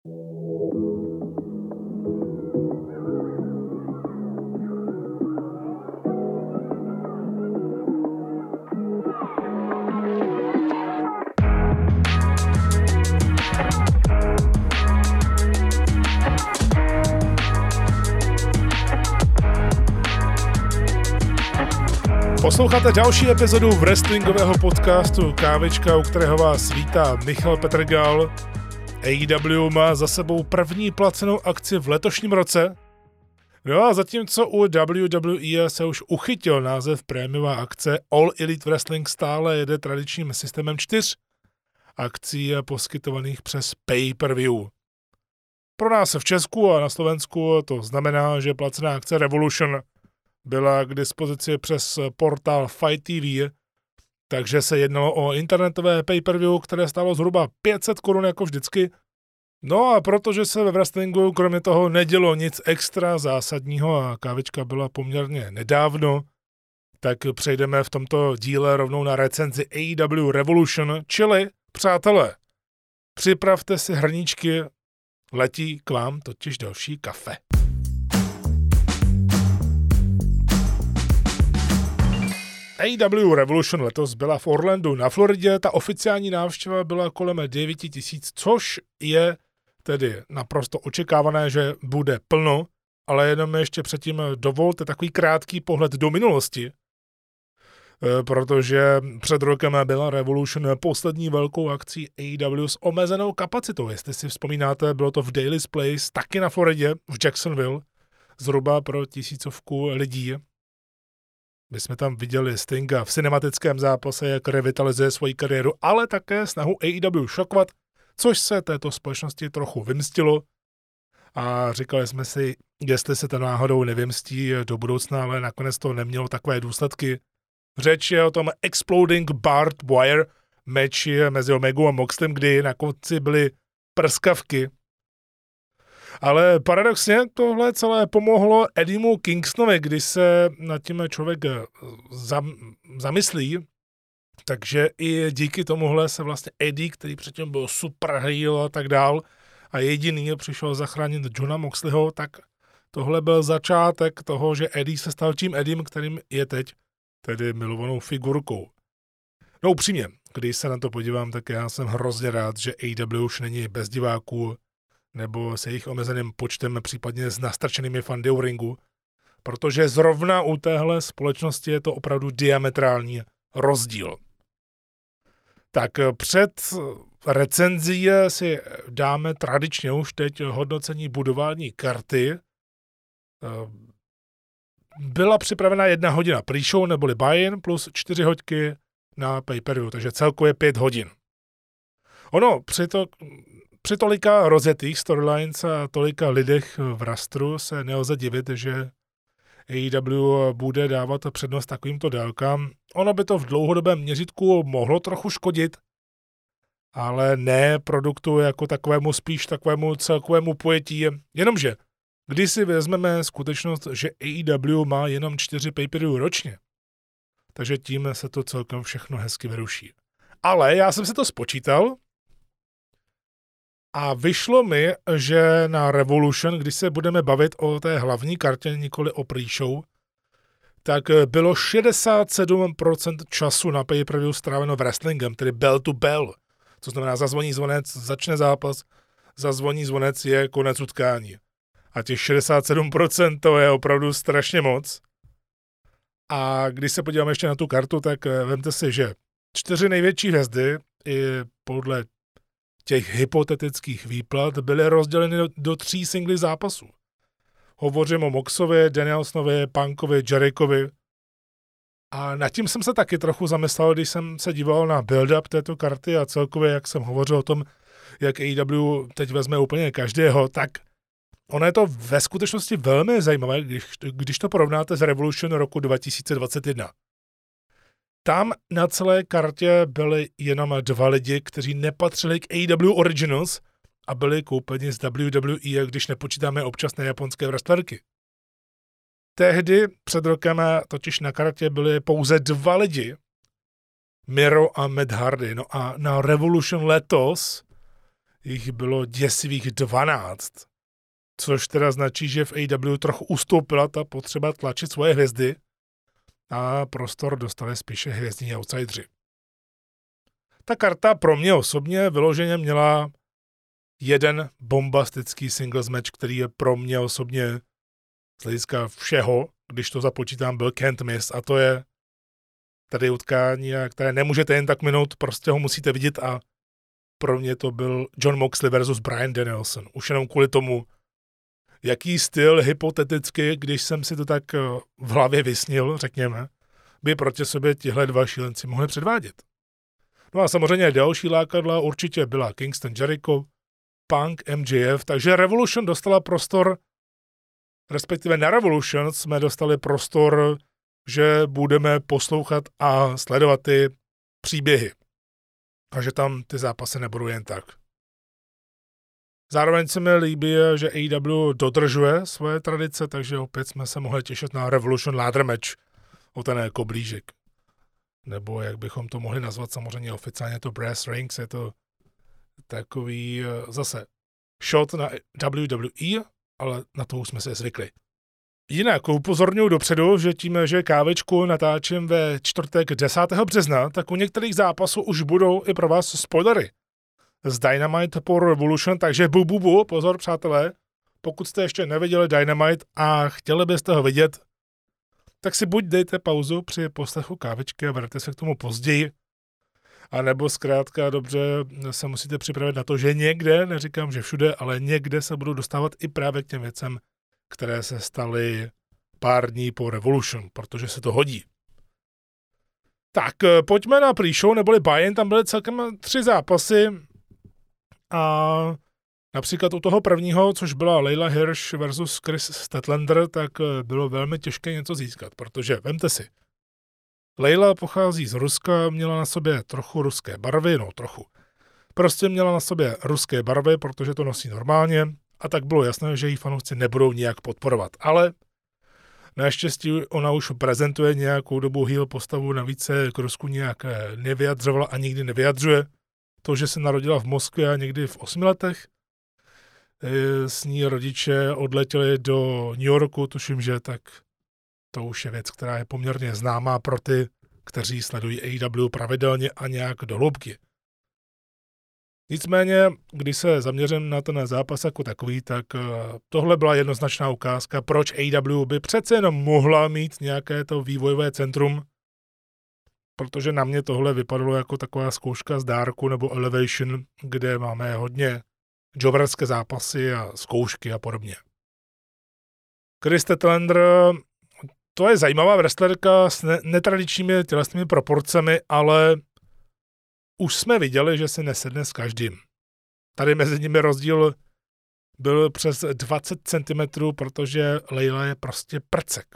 Posloucháte další epizodu wrestlingového podcastu Kávička, u kterého vás vítá Michal Petrgal. AEW má za sebou první placenou akci v letošním roce. No a zatímco u WWE se už uchytil název prémiová akce, All Elite Wrestling stále jede tradičním systémem 4 akcí poskytovaných přes pay-per-view. Pro nás v Česku a na Slovensku to znamená, že placená akce Revolution byla k dispozici přes portál Fight TV, takže se jednalo o internetové pay-per-view, které stálo zhruba 500 Kč jako vždycky. No a protože se ve wrestlingu kromě toho nedělo nic extra zásadního a kávička byla poměrně nedávno, tak přejdeme v tomto díle rovnou na recenzi AEW Revolution, čili, přátelé, připravte si hrníčky, letí k vám totiž další kafe. AEW Revolution letos byla v Orlandu na Floridě, ta oficiální návštěva byla kolem 9 000, což je tedy naprosto očekávané, že bude plno, ale jenom ještě předtím dovolte takový krátký pohled do minulosti, protože před rokem byla Revolution poslední velkou akcí AEW s omezenou kapacitou. Jestli si vzpomínáte, bylo to v Daily's Place, taky na Floridě, v Jacksonville, zhruba pro 1000 lidí. My jsme tam viděli Stinga v cinematickém zápase, jak revitalizuje svoji kariéru, ale také snahu AEW šokovat, což se této společnosti trochu vymstilo. A říkali jsme si, jestli se to náhodou nevymstí do budoucna, ale nakonec to nemělo takové důsledky. Řeč je o tom Exploding Barbed Wire matchi mezi Omegou a Moxlem, kdy na konci byly prskavky. Ale paradoxně tohle celé pomohlo Eddiemu Kingstonovi, když se nad tím člověk zamyslí, takže i díky tomuhle se vlastně Eddie, který předtím byl super heel a tak dál a jediný přišel zachránit Johna Moxleyho, tak tohle byl začátek toho, že Eddie se stal tím Eddiem, kterým je teď, tedy milovanou figurkou. No upřímně, když se na to podívám, tak já jsem hrozně rád, že AEW už není bez diváků, nebo se jejich omezeným počtem, případně s nastrčenými fandy u ringu, protože zrovna u téhle společnosti je to opravdu diametrální rozdíl. Tak před recenzí si dáme tradičně už teď hodnocení budování karty. Byla připravena 1 hodina pre-show neboli buy-in plus 4 hodiny na pay-per-view, takže celkově 5 hodin. Ono při tolika rozjetých storylines a tolika lidech v rastru se nelze divit, že AEW bude dávat přednost takovýmto délkám. Ono by to v dlouhodobém měřítku mohlo trochu škodit, ale ne produktu jako takovému, spíš takovému celkovému pojetí. Jenomže, když si vezmeme skutečnost, že AEW má jenom 4 pay-per-view ročně, takže tím se to celkem všechno hezky vyruší. Ale já jsem si to spočítal, a vyšlo mi, že na Revolution, když se budeme bavit o té hlavní kartě, nikoli o pre-show, tak bylo 67% času na pay-per-view stráveno wrestlingem, tedy bell to bell. Co znamená, zazvoní zvonec, začne zápas, zazvoní zvonec, je konec utkání. A těch 67% to je opravdu strašně moc. A když se podíváme ještě na tu kartu, tak vemte si, že 4 největší hvězdy i podle těch hypotetických výplat byly rozděleny do 3 singly zápasů. Hovořím o Moxovi, Danielsonovi, Punkovi, Jerichovi. A nad tím jsem se taky trochu zamyslel, když jsem se díval na build-up této karty a celkově, jak jsem hovořil o tom, jak AEW teď vezme úplně každého, tak ono je to ve skutečnosti velmi zajímavé, když to porovnáte s Revolution roku 2021. Tam na celé kartě byli jenom 2 lidi, kteří nepatřili k AEW Originals a byli koupeni z WWE, když nepočítáme občasné japonské wrestlerky. Tehdy před rokem totiž na kartě byli pouze 2 lidi, Miro a Matt Hardy. No a na Revolution letos jich bylo děsivých 12. Což teda značí, že v AEW trochu ustoupila ta potřeba tlačit svoje hvězdy a prostor dostali spíše hvězdní outsideri. Ta karta pro mě osobně vyloženě měla jeden bombastický singles match, který je pro mě osobně z hlediska všeho, když to započítám, byl can't miss, a to je tady utkání, které nemůžete jen tak minout, prostě ho musíte vidět, a pro mě to byl Jon Moxley versus Bryan Danielson. Už jenom kvůli tomu, jaký styl hypoteticky, když jsem si to tak v hlavě vysnil, řekněme, by proti sobě tihle dva šílenci mohli předvádět. No a samozřejmě další lákadla určitě byla Kingston Jericho, Punk, MJF, takže Revolution dostala prostor, respektive na Revolution jsme dostali prostor, že budeme poslouchat a sledovat ty příběhy. A že tam ty zápasy nebudou jen tak. Zároveň se mi líbí, že AEW dodržuje svoje tradice, takže opět jsme se mohli těšit na Revolution ladder match o ten koblížek. Nebo jak bychom to mohli nazvat, samozřejmě oficiálně to Brass Rings, je to takový zase shot na WWE, ale na to už jsme se zvykli. Jinak upozorňuji dopředu, že tím, že kávečku natáčím ve čtvrtek 10. března, tak u některých zápasů už budou i pro vás spoilery z Dynamite po Revolution, takže bu, pozor přátelé, pokud jste ještě neviděli Dynamite a chtěli byste ho vidět, tak si buď dejte pauzu při poslechu kávečky a vrátite se k tomu později, anebo zkrátka dobře se musíte připravit na to, že někde, neříkám, že všude, ale někde se budou dostávat i právě k těm věcem, které se staly pár dní po Revolution, protože se to hodí. Tak, pojďme na pre-show, neboli buy-in, tam byly celkem 3 zápasy a například u toho prvního, což byla Layla Hirsch versus Chris Statlander, tak bylo velmi těžké něco získat, protože vemte si, Layla pochází z Ruska, měla na sobě trochu ruské barvy, prostě měla na sobě ruské barvy, protože to nosí normálně, a tak bylo jasné, že jí fanoušci nebudou nijak podporovat. Ale naštěstí ona už prezentuje nějakou dobu heel postavu, navíc se k Rusku nějak nevyjadřovala a nikdy nevyjadřuje. To, že se narodila v Moskvě a někdy v 8 letech, s ní rodiče odletěli do New Yorku, tuším, že tak to už je věc, která je poměrně známá pro ty, kteří sledují AEW pravidelně a nějak do hloubky. Nicméně, když se zaměřím na ten zápas jako takový, tak tohle byla jednoznačná ukázka, proč AEW by přece jenom mohla mít nějaké to vývojové centrum, protože na mě tohle vypadalo jako taková zkouška z dárku nebo Elevation, kde máme hodně jobberské zápasy a zkoušky a podobně. Chris Statlander, to je zajímavá wrestlerka s netradičními tělesnými proporcemi, ale už jsme viděli, že si nesedne s každým. Tady mezi nimi rozdíl byl přes 20 cm, protože Layla je prostě prcek.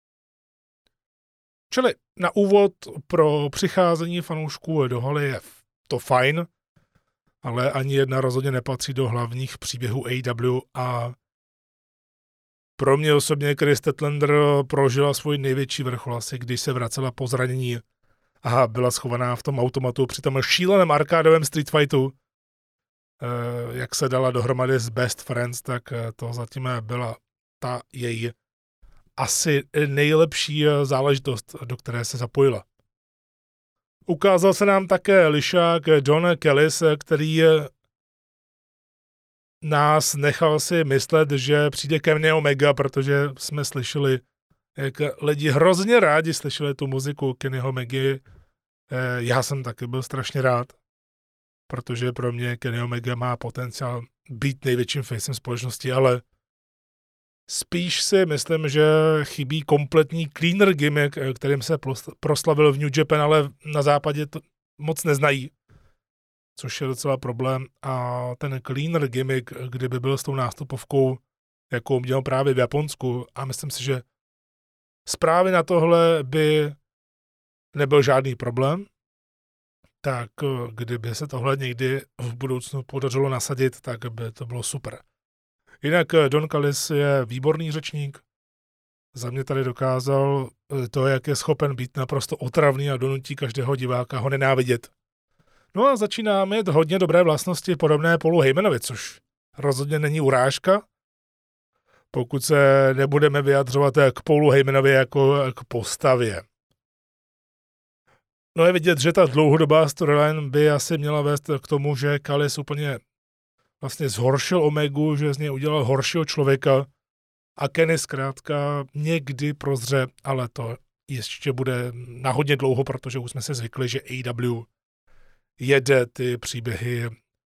Čili na úvod pro přicházení fanoušků do haly je to fajn, ale ani jedna rozhodně nepatří do hlavních příběhů AEW a pro mě osobně Chris Statlander prožila svůj největší vrchol asi, když se vracela po zranění a byla schovaná v tom automatu při tom šíleném arkádovém street fightu. Jak se dala dohromady s Best Friends, tak to zatím byla ta její asi nejlepší záležitost, do které se zapojila. Ukázal se nám také lišák Don Callis, který nás nechal si myslet, že přijde Kenny Omega, protože jsme slyšeli, jak lidi hrozně rádi slyšeli tu muziku Kennyho Omegy. Já jsem taky byl strašně rád, protože pro mě Kenny Omega má potenciál být největším facem společnosti, ale spíš si myslím, že chybí kompletní cleaner gimmick, kterým se proslavil v New Japan, ale na západě to moc neznají, což je docela problém. A ten cleaner gimmick, kdyby byl s tou nástupovkou, jakou měl právě v Japonsku, a myslím si, že zprávy na tohle by nebyl žádný problém, tak kdyby se tohle někdy v budoucnu podařilo nasadit, tak by to bylo super. Jinak Don Callis je výborný řečník. Za mě tady dokázal to, jak je schopen být naprosto otravný a donutí každého diváka ho nenávidět. No a začíná mít hodně dobré vlastnosti podobné Paulu Heymanovi, což rozhodně není urážka, pokud se nebudeme vyjadřovat k Paulu Heymanovi jako k postavě. No je vidět, že ta dlouhodobá storyline by asi měla vést k tomu, že Callis úplně vlastně zhoršil Omegu, že z něj udělal horšího člověka a Kenny zkrátka někdy prozře, ale to ještě bude na hodně dlouho, protože už jsme se zvykli, že AEW jede ty příběhy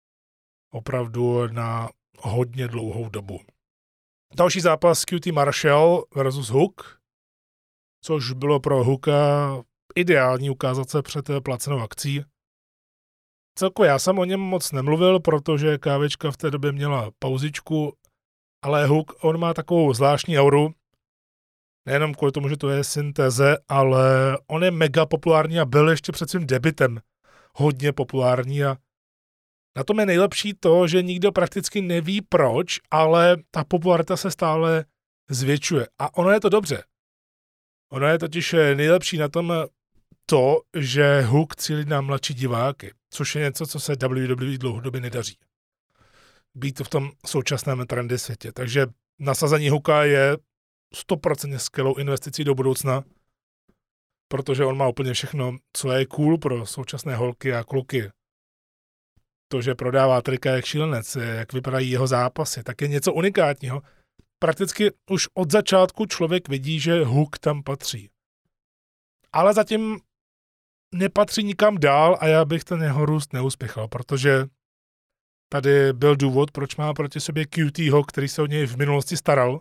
opravdu na hodně dlouhou dobu. Další zápas QT Marshall versus Hook, což bylo pro Hooka ideální ukázat se před placenou akcí. Celkově já jsem o něm moc nemluvil, protože kávička v té době měla pauzičku, ale Hook, on má takovou zvláštní auru, nejenom kvůli tomu, že to je syntéze, ale on je mega populární a byl ještě před svým debutem hodně populární a na tom je nejlepší to, že nikdo prakticky neví proč, ale ta popularita se stále zvětšuje. A ono je to dobře. Ono je totiž nejlepší na tom to, že Hook cílí na mladší diváky, což je něco, co se WWE dlouhodobě nedaří. Být v tom současném trendy světě. Takže nasazení Hooka je 100% skvělou investicí do budoucna, protože on má úplně všechno, co je cool pro současné holky a kluky. To, že prodává trika jak šílenec, jak vypadají jeho zápasy, tak je něco unikátního. Prakticky už od začátku člověk vidí, že Hook tam patří. Ale zatím nepatří nikam dál a já bych ten jeho růst neuspěchal, protože tady byl důvod, proč má proti sobě QTho, který se o něj v minulosti staral.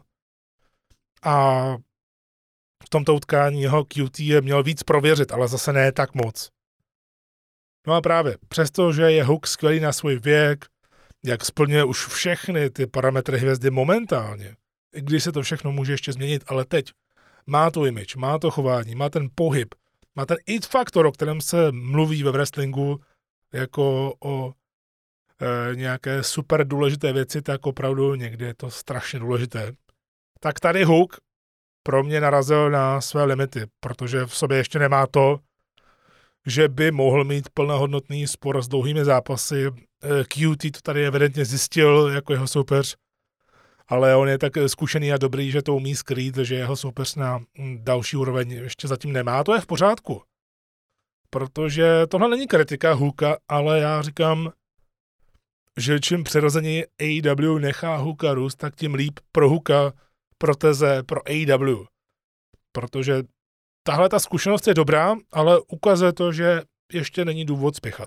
A v tomto utkání jeho QT je měl víc prověřit, ale zase ne tak moc. No a právě, přestože je Hook skvělý na svůj věk, jak splňuje už všechny ty parametry hvězdy momentálně, i když se to všechno může ještě změnit, ale teď má tu image, má to chování, má ten pohyb, má ten it faktor, o kterém se mluví ve wrestlingu jako o nějaké super důležité věci, tak opravdu někdy je to strašně důležité. Tak tady Hook pro mě narazil na své limity, protože v sobě ještě nemá to, že by mohl mít plnohodnotný spor s dlouhými zápasy. QT to tady evidentně zjistil jako jeho soupeř, ale on je tak zkušený a dobrý, že to umí skrýt, že jeho soupeř na další úroveň ještě zatím nemá. To je v pořádku, protože tohle není kritika Hooka, ale já říkám, že čím přirozeně AEW nechá Hooka růst, tak tím líp pro Hooka, pro teze, pro AEW. Protože tahle ta zkušenost je dobrá, ale ukazuje to, že ještě není důvod spěchat.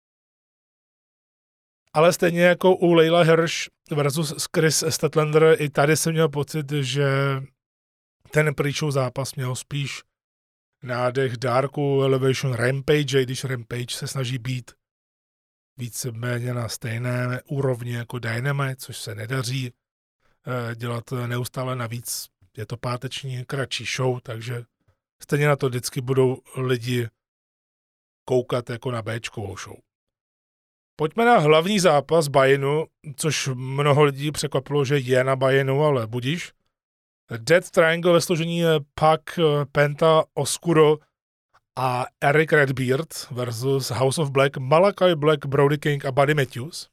Ale stejně jako u Layla Hirsch versus Chris Statlander, i tady jsem měl pocit, že ten pre-show zápas měl spíš nádech Darku Elevation Rampage, i když Rampage se snaží být víceméně na stejné úrovni jako Dynamite, což se nedaří dělat neustále navíc. Je to páteční kratší show, takže stejně na to vždycky budou lidi koukat jako na Bčkovou show. Pojďme na hlavní zápas Buy-inu, což mnoho lidí překvapilo, že je na Buy-inu, ale budíš. Death Triangle ve složení Pac, Penta, Oscuro a Eric Redbeard versus House of Black, Malachi Black, Brody King a Buddy Matthews.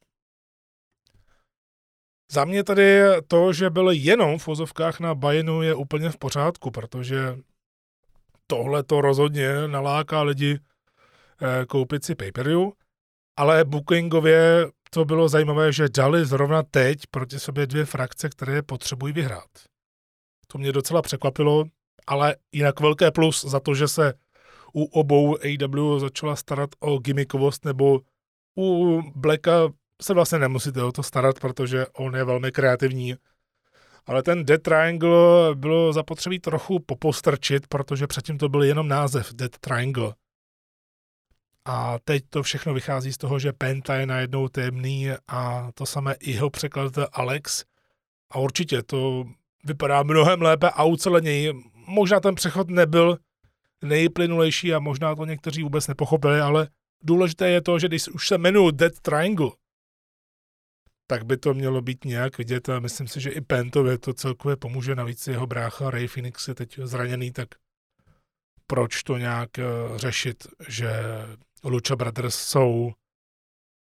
Za mě tady to, že byl jenom v vozovkách na Buy-inu, je úplně v pořádku, protože tohle to rozhodně naláká lidi koupit si pay-per-view, ale bookingově to bylo zajímavé, že dali zrovna teď proti sobě dvě frakce, které potřebují vyhrát. To mě docela překvapilo, ale jinak velké plus za to, že se u obou AEW začala starat o gimmickovost, nebo u Blacka se vlastně nemusíte o to starat, protože on je velmi kreativní. Ale ten Death Triangle bylo zapotřebí trochu popostrčit, protože předtím to byl jenom název Death Triangle. A teď to všechno vychází z toho, že Penta je najednou temný a to samé i jeho překladatel Alex. A určitě to vypadá mnohem lépe a uceleněji. Možná ten přechod nebyl nejplynulejší a možná to někteří vůbec nepochopili, ale důležité je to, že když už se jmenuje Death Triangle, tak by to mělo být nějak vidět a myslím si, že i Pentovi to celkově pomůže. Navíc jeho brácha Ray Phoenix je teď zraněný, tak proč to nějak řešit, že Lucha Brothers jsou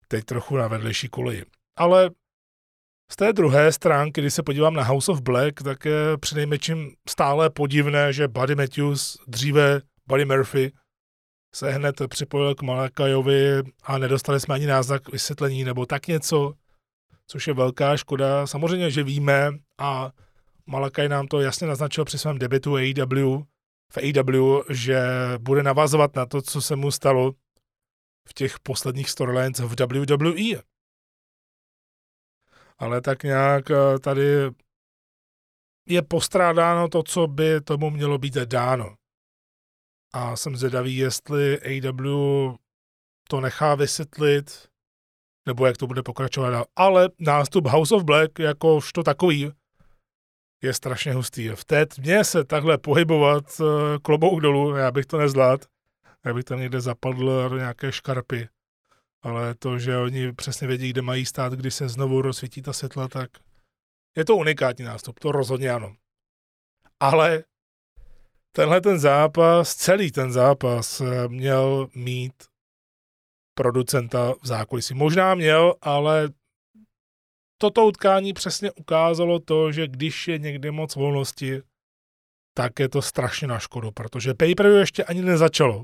teď trochu na vedlejší koleji. Ale z té druhé stránky, když se podívám na House of Black, tak je přinejmenším stále podivné, že Buddy Matthews, dříve Buddy Murphy, se hned připojil k Malakajovi a nedostali jsme ani náznak vysvětlení nebo tak něco, což je velká škoda. Samozřejmě, že víme a Malakaj nám to jasně naznačil při svém debutu v AEW, že bude navazovat na to, co se mu stalo v těch posledních storylines v WWE. Ale tak nějak tady je postrádáno to, co by tomu mělo být dáno. A jsem zvědavý, jestli AEW to nechá vysvětlit, nebo jak to bude pokračovat dál. Ale nástup House of Black jakožto takový je strašně hustý. V té tmě se takhle pohybovat klobouk dolů, já bych to nezvládl. Já bych tam někde zapadl do nějaké škarpy. Ale to, že oni přesně vědí, kde mají stát, když se znovu rozsvítí ta světla, tak je to unikátní nástup, to rozhodně ano. Ale tenhle ten zápas, celý ten zápas měl mít producenta v zákulisí. Možná měl, ale toto utkání přesně ukázalo to, že když je někdy moc volnosti, tak je to strašně na škodu, protože pay-per-view ještě ani nezačalo.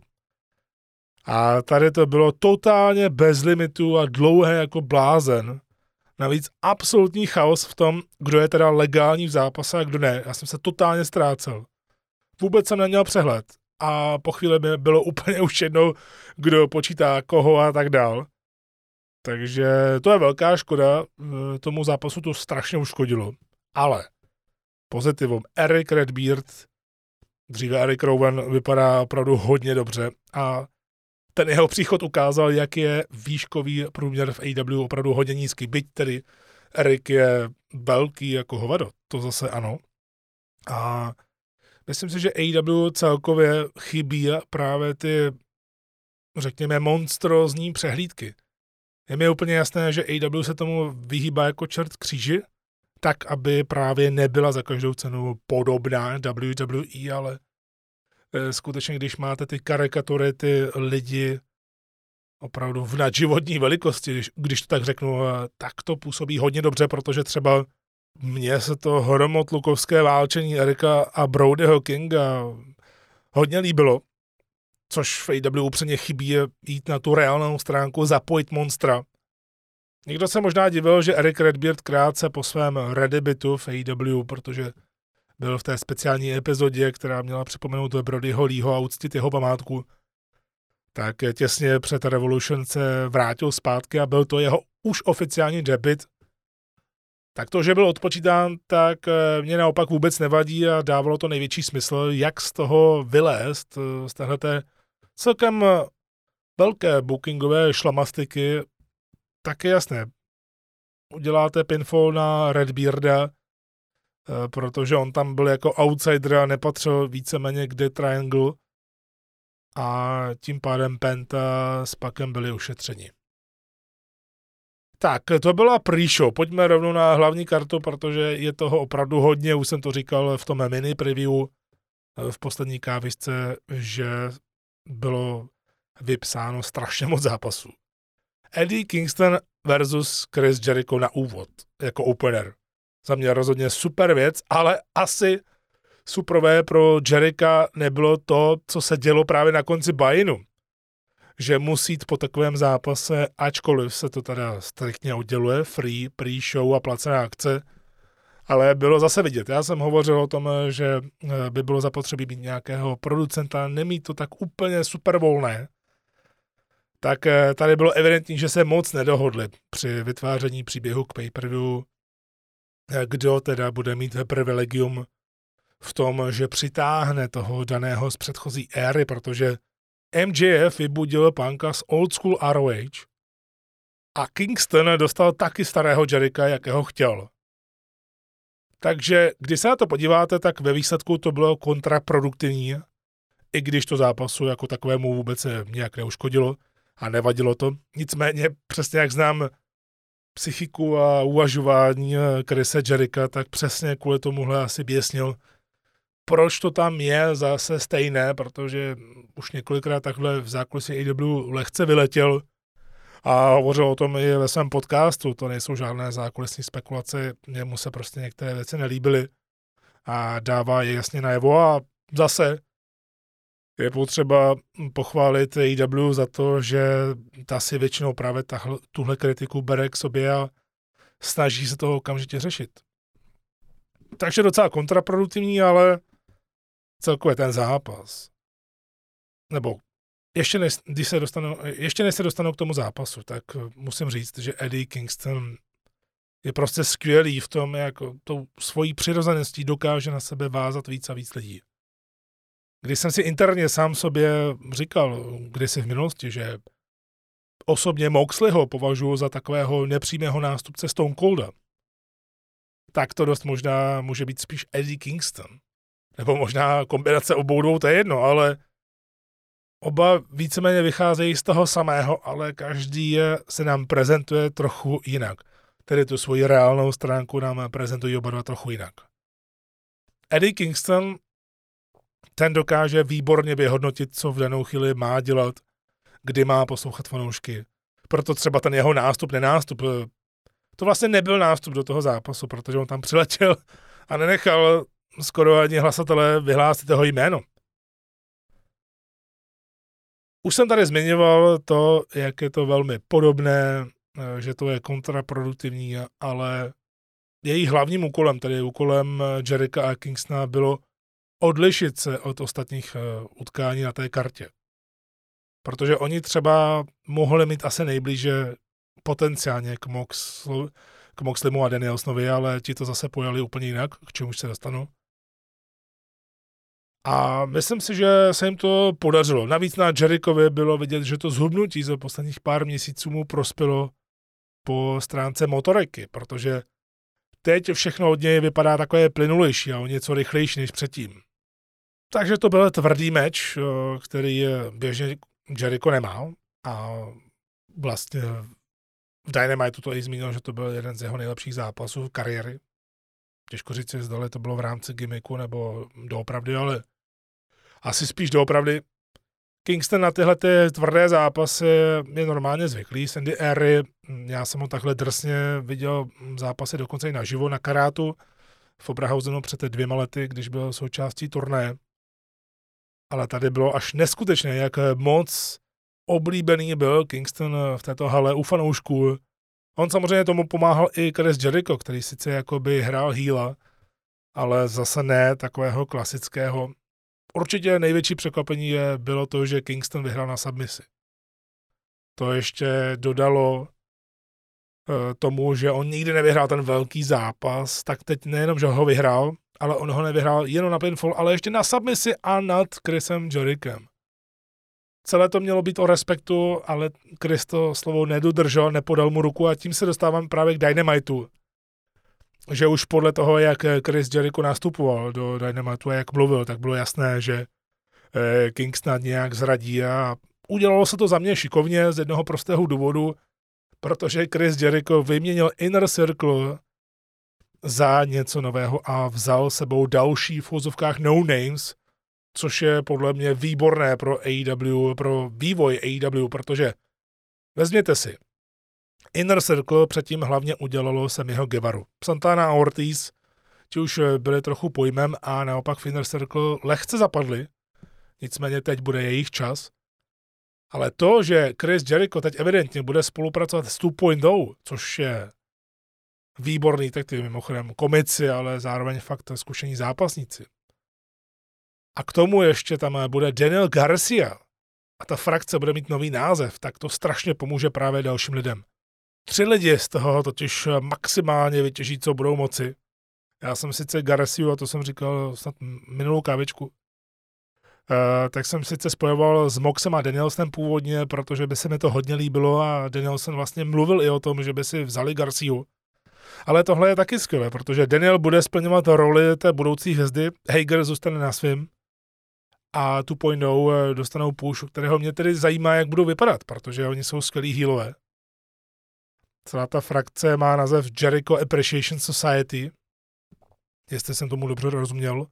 A tady to bylo totálně bez limitu a dlouhé jako blázen. Navíc absolutní chaos v tom, kdo je teda legální v zápase a kdo ne. Já jsem se totálně ztrácel. Vůbec jsem neměl přehled. A po chvíli mi bylo úplně už jednou, kdo počítá koho a tak dál. Takže to je velká škoda. Tomu zápasu to strašně uškodilo. Ale pozitivum. Eric Redbeard, dříve Eric Rowan, vypadá opravdu hodně dobře a ten jeho příchod ukázal, jak je výškový průměr v AEW opravdu hodně nízký. Byť tedy Eric je velký jako hovado, to zase ano. A myslím si, že AEW celkově chybí právě ty, řekněme, monstrózní přehlídky. Je mi úplně jasné, že AEW se tomu vyhýbá jako čert kříži, tak, aby právě nebyla za každou cenu podobná WWE, ale skutečně, když máte ty karikatury, ty lidi opravdu v nadživotní velikosti, když to tak řeknu, tak to působí hodně dobře, protože třeba mně se to hromotlukovské válčení Erika a Brodyho Kinga hodně líbilo, což v AEW upřímně chybí, je jít na tu reálnou stránku, zapojit monstra. Někdo se možná divil, že Eric Redbeard krátce po svém redebutu v AEW, protože byl v té speciální epizodě, která měla připomenout Brodyho Leeho a uctit jeho památku, tak těsně před Revolution se vrátil zpátky a byl to jeho už oficiální debut. Tak to, že byl odpočítán, tak mě naopak vůbec nevadí a dávalo to největší smysl, jak z toho vylézt, z téhleté celkem velké bookingové šlamastiky, tak je jasné. Uděláte pinfall na Redbearda, protože on tam byl jako outsider a nepatřil víceméně k The Triangle a tím pádem Penta s Pakem byli ušetřeni. Tak, to byla pre-show. Pojďme rovnou na hlavní kartu, protože je toho opravdu hodně. Už jsem to říkal v tom mini preview v poslední kávisce, že bylo vypsáno strašně moc zápasů. Eddie Kingston versus Chris Jericho na úvod, jako opener. Za mě rozhodně super věc, ale asi superové pro Jericha nebylo to, co se dělo právě na konci buy-inu. Že musí jít po takovém zápase, ačkoliv se to teda striktně odděluje, free, pre-show a placená akce, ale bylo zase vidět. Já jsem hovořil o tom, že by bylo zapotřebí být nějakého producenta, nemít to tak úplně super volné. Tak tady bylo evidentní, že se moc nedohodli při vytváření příběhu k pay-per-view, kdo teda bude mít privilegium v tom, že přitáhne toho daného z předchozí éry, protože MJF vybudil Punka z Old School ROH a Kingston dostal taky starého Jericha, jakého chtěl. Takže když se na to podíváte, tak ve výsledku to bylo kontraproduktivní, i když to zápasu jako takovému vůbec nějak neuškodilo a nevadilo to. Nicméně přesně jak znám psychiku a uvažování Chrise Jericha, tak přesně kvůli tomuhle asi běsnil, proč to tam je zase stejné, protože už několikrát takhle v zákulisí AEW lehce vyletěl A hovořil o tom i ve svém podcastu, to nejsou žádné zákulisní spekulace, jemu se prostě některé věci nelíbily a dává je jasně najevo a zase je potřeba pochválit AEW za to, že ta si většinou právě tuhle kritiku bere k sobě a snaží se toho okamžitě řešit. Takže docela kontraproduktivní, ale celkově ten zápas. Nebo ještě než se dostanu k tomu zápasu, tak musím říct, že Eddie Kingston je prostě skvělý v tom, jak tou svojí přirozeností dokáže na sebe vázat víc a víc lidí. Když jsem si interně sám sobě říkal kdysi v minulosti, že osobně Moxleyho považuji za takového nepřímého nástupce Stone Colda, tak to dost možná může být spíš Eddie Kingston. Nebo možná kombinace obou dvou, to je jedno, ale oba víceméně vycházejí z toho samého, ale každý se nám prezentuje trochu jinak. Tedy tu svoji reálnou stránku nám prezentují oba dva trochu jinak. Eddie Kingston, ten dokáže výborně vyhodnotit, co v danou chvíli má dělat, kdy má poslouchat fanoušky. Proto třeba ten jeho nenástup, to vlastně nebyl nástup do toho zápasu, protože on tam přiletěl a nenechal skoro ani hlasatelé vyhlásit jeho jméno. Už jsem tady zmiňoval to, jak je to velmi podobné, že to je kontraproduktivní, ale její hlavním úkolem, tedy úkolem Jericha a Kingstona, bylo odlišit se od ostatních utkání na té kartě. Protože oni třeba mohli mít asi nejblíže potenciálně k Moxleymu a Danielsonovi, ale ti to zase pojali úplně jinak, k čemu se dostanu. A myslím si, že se jim to podařilo. Navíc na Jerichovi bylo vidět, že to zhubnutí za posledních pár měsíců mu prospělo po stránce motoriky, protože teď všechno od něj vypadá takové plynulejší a o něco rychlejší než předtím. Takže to byl tvrdý meč, který běžně Jericho nemá a vlastně v Dynamitu to i zmínil, že to byl jeden z jeho nejlepších zápasů v kariéry. Těžko říct, zdali to bylo v rámci gimmicku nebo doopravdy, ale asi spíš doopravdy. Kingston na tyhle tvrdé zápasy je normálně zvyklý. Sandy Airy, já jsem ho takhle drsně viděl zápasy dokonce i naživo na karátu v Oberhausenu před 2 lety, když byl součástí turné. Ale tady bylo až neskutečné, jak moc oblíbený byl Kingston v této hale u fanoušků. On samozřejmě tomu pomáhal i Chris Jericho, který sice jakoby hrál heala, ale zase ne takového klasického. Určitě největší překvapení bylo to, že Kingston vyhrál na submisi. To ještě dodalo tomu, že on nikdy nevyhrál ten velký zápas, tak teď nejenom, že ho vyhrál, ale on ho nevyhrál jenom na pinfall, ale ještě na submisi a nad Chrisem Jerichem. Celé to mělo být o respektu, ale Chris to slovo nedodržel, nepodal mu ruku a tím se dostávám právě k Dynamitu. Že už podle toho, jak Chris Jericho nastupoval do Dynamitu a jak mluvil, tak bylo jasné, že King snad nějak zradí a udělalo se to za mě šikovně z jednoho prostého důvodu, protože Chris Jericho vyměnil Inner Circle za něco nového a vzal sebou další v úzovkách no names, což je podle mě výborné pro AEW, pro vývoj AEW, protože vezměte si, Inner Circle předtím hlavně udělalo Samiho Guevaru. Santana a Ortiz, ti už byli trochu pojmem a naopak v Inner Circle lehce zapadli, nicméně teď bude jejich čas. Ale to, že Chris Jericho teď evidentně bude spolupracovat s 2.0, což je výborný, tak ty mimochodem komici, ale zároveň fakt zkušení zápasníci. A k tomu ještě tam bude Daniel Garcia a ta frakce bude mít nový název, tak to strašně pomůže právě dalším lidem. 3 lidi z toho totiž maximálně vytěží, co budou moci. Já jsem sice Garciu, a to jsem říkal snad minulou kávičku, tak jsem sice spojoval s Moxem a Danielsonem původně, protože by se mi to hodně líbilo a Danielson vlastně mluvil i o tom, že by si vzali Garciu. Ale tohle je taky skvělé, protože Daniel bude splňovat roli té budoucí hvězdy, Hager zůstane na svým a 2.0 dostanou push, kterého mě tedy zajímá, jak budou vypadat, protože oni jsou skvělí healové. Celá ta frakce má název Jericho Appreciation Society, jestli jsem tomu dobře rozuměl.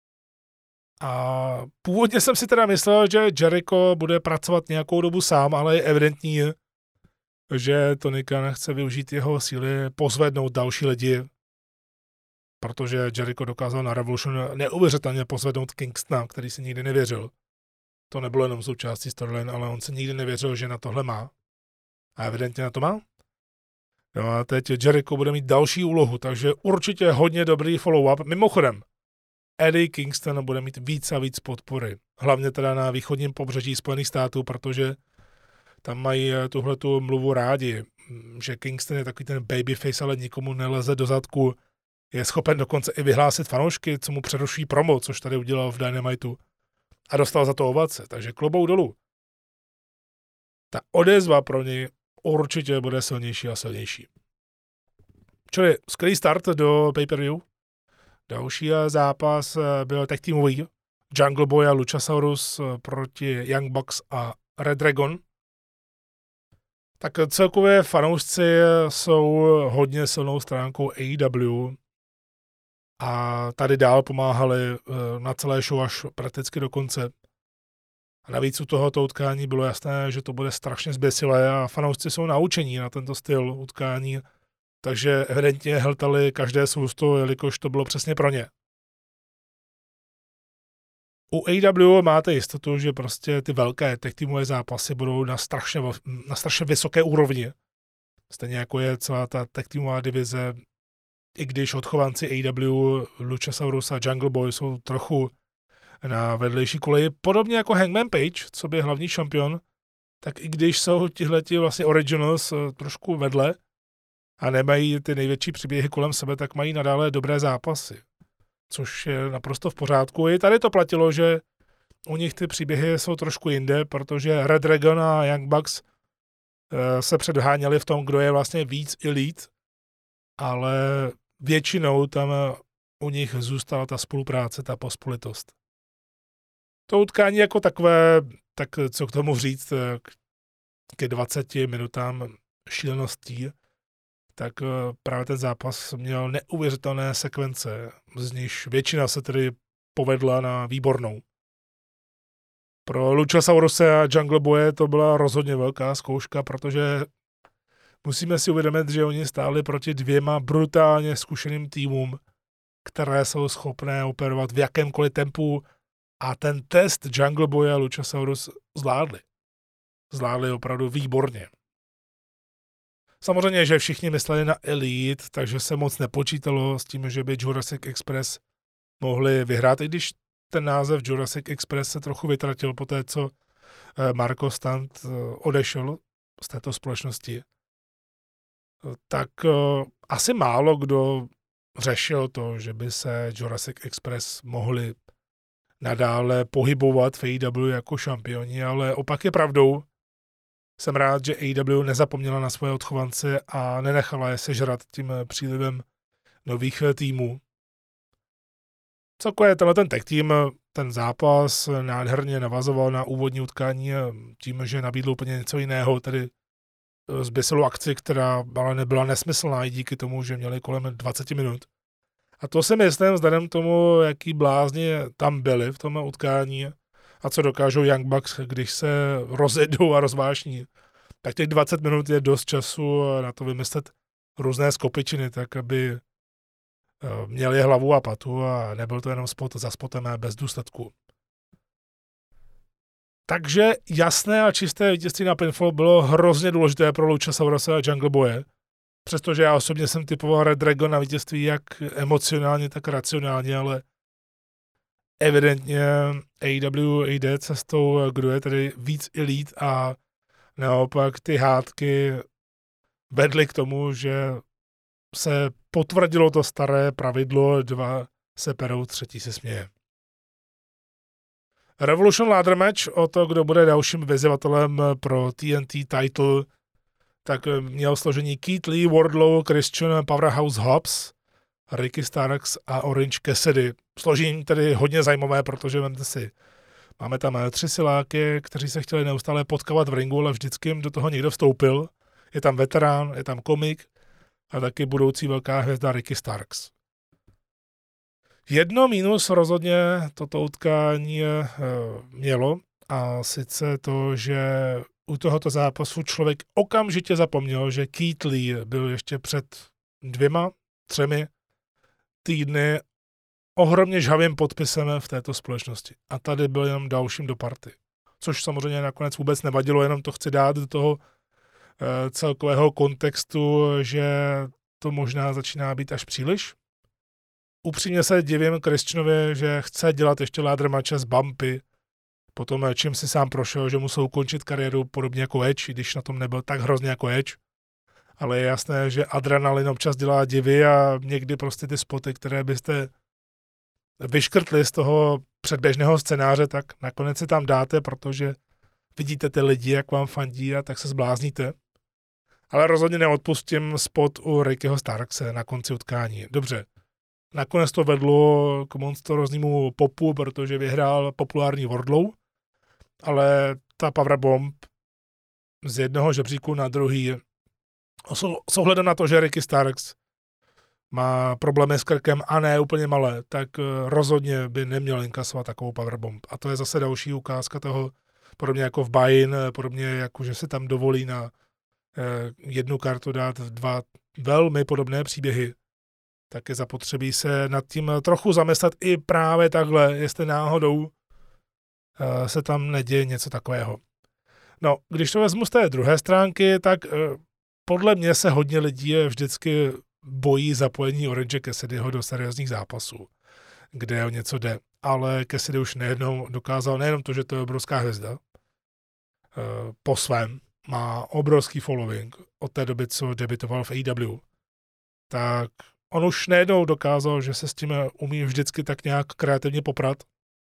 A původně jsem si teda myslel, že Jericho bude pracovat nějakou dobu sám, ale je evidentní, že Tony Khan chce využít jeho síly, pozvednout další lidi, protože Jericho dokázal na Revolution neuvěřitelně pozvednout Kingstona, který si nikdy nevěřil. To nebylo jenom součástí storyline, ale on si nikdy nevěřil, že na tohle má. A evidentně na to má. No a teď Jericho bude mít další úlohu, takže určitě hodně dobrý follow-up. Mimochodem, Eddie Kingston bude mít víc a víc podpory. Hlavně teda na východním pobřeží Spojených států, protože tam mají tuhletu mluvu rádi, že Kingston je takový ten babyface, ale nikomu neleze do zadku. Je schopen dokonce i vyhlásit fanoušky, co mu přeruší promo, což tady udělal v Dynamitu. A dostal za to ovace, takže klobouk dolů. Ta odezva pro něj určitě bude silnější a silnější. Čili skvělý start do pay-per-view. Další zápas byl tag teamový. Jungle Boy a Luchasaurus proti Young Bucks a Red Dragon. Tak celkově fanoušci jsou hodně silnou stránkou AEW a tady dál pomáhali na celé show až prakticky do konce. A navíc u tohoto utkání bylo jasné, že to bude strašně zběsilé a fanoušci jsou naučení na tento styl utkání, takže evidentně hltali každé sousto, jelikož to bylo přesně pro ně. U AEW máte jistotu, že prostě ty velké tag teamové zápasy budou na strašně vysoké úrovni. Stejně jako je celá ta tag teamová divize, i když odchovanci AEW, Luchasaurus a Jungle Boy jsou trochu na vedlejší koleji, podobně jako Hangman Page, co by hlavní šampion, tak i když jsou tihleti vlastně originals trošku vedle a nemají ty největší příběhy kolem sebe, tak mají nadále dobré zápasy. Což je naprosto v pořádku. I tady to platilo, že u nich ty příběhy jsou trošku jinde, protože Red Dragon a Young Bucks se předháněli v tom, kdo je vlastně víc elite, ale většinou tam u nich zůstala ta spolupráce, ta pospolitost. To utkání jako takové, tak co k tomu říct, ke 20 minutám šíleností, tak právě ten zápas měl neuvěřitelné sekvence, z nichž většina se tedy povedla na výbornou. Pro Luchasauruse a Jungle Boye to byla rozhodně velká zkouška, protože musíme si uvědomit, že oni stáli proti dvěma brutálně zkušeným týmům, které jsou schopné operovat v jakémkoliv tempu a ten test Jungle Boye a Luchasaurus zvládli. Zvládli opravdu výborně. Samozřejmě, že všichni mysleli na Elite, takže se moc nepočítalo s tím, že by Jurassic Express mohli vyhrát, i když ten název Jurassic Express se trochu vytratil po té, co Marko Stunt odešel z této společnosti. Tak asi málo kdo řešil to, že by se Jurassic Express mohli nadále pohybovat v AEW jako šampioni, ale opak je pravdou. Jsem rád, že AEW nezapomněla na svoje odchovance a nenechala je sežrat tím přílivem nových týmů. Celkově ten tag team, ten zápas nádherně navazoval na úvodní utkání tím, že nabídl úplně něco jiného, tedy zběsilou akci, která ale nebyla nesmyslná i díky tomu, že měli kolem 20 minut. A to si myslím, vzhledem k tomu, jaký blázni tam byli v tom utkání a co dokážou Young Bucks, když se rozjedou a rozvášní, tak těch 20 minut je dost času na to vymyslet různé skopičiny, tak aby měli hlavu a patu a nebyl to jenom spot za spotem a bez důsledku. Takže jasné a čisté vítězství na pinfall bylo hrozně důležité pro Luchasauruse a Jungle Boye, přestože já osobně jsem typoval Red Dragon na vítězství jak emocionálně, tak racionálně, ale evidentně AEW jde cestou, kdo je tedy víc elite a naopak ty hádky vedly k tomu, že se potvrdilo to staré pravidlo, dva se perou, třetí se směje. Revolution Ladder Match o to, kdo bude dalším vyzývatelem pro TNT title, tak měl složení Keith Lee, Wardlow, Christian Powerhouse Hobbs, Ricky Starks a Orange Cassidy. Složení tedy hodně zajímavé, protože vemte si, máme tam 3 siláky, kteří se chtěli neustále potkávat v ringu, ale vždycky jim do toho někdo vstoupil. Je tam veterán, je tam komik a taky budoucí velká hvězda Ricky Starks. Jedno mínus rozhodně toto utkání mělo, a sice to, že u tohoto zápasu člověk okamžitě zapomněl, že Keith Lee byl ještě před 2-3 týdny ohromně žhavým podpisem v této společnosti. A tady byl jenom dalším do party. Což samozřejmě nakonec vůbec nevadilo, jenom to chci dát do toho celkového kontextu, že to možná začíná být až příliš. Upřímně se divím Christianovi, že chce dělat ještě ladder matche s Bumpy, potom čím si sám prošel, že musel ukončit kariéru podobně jako Edge, když na tom nebyl tak hrozně jako Edge. Ale je jasné, že adrenalin občas dělá divy a někdy prostě ty spoty, které byste vyškrtli z toho předběžného scénáře, tak nakonec si tam dáte, protože vidíte ty lidi, jak vám fandí a tak se zblázníte. Ale rozhodně neodpustím spot u Rickyho Starkse na konci utkání. Dobře, nakonec to vedlo k monstróznímu popu, protože vyhrál populární Wardlow, ale ta powerbomb z jednoho žebříku na druhý, s ohledem na to, že Ricky Starks má problémy s krkem a ne úplně malé, tak rozhodně by neměl inkasovat takovou powerbomb. A to je zase další ukázka toho, podobně jako v buy-in, podobně jako, že se tam dovolí na jednu kartu dát 2 velmi podobné příběhy, tak je zapotřebí se nad tím trochu zamyslet i právě takhle, jestli náhodou se tam neděje něco takového. No, když to vezmu z té druhé stránky, tak podle mě se hodně lidí vždycky bojí zapojení Orange Cassidyho do seriózních zápasů, kde o něco jde. Ale Cassidy už nejednou dokázal nejenom to, že to je obrovská hvězda, po svém, má obrovský following od té doby, co debitoval v AEW, tak on už nejednou dokázal, že se s tím umí vždycky tak nějak kreativně poprat.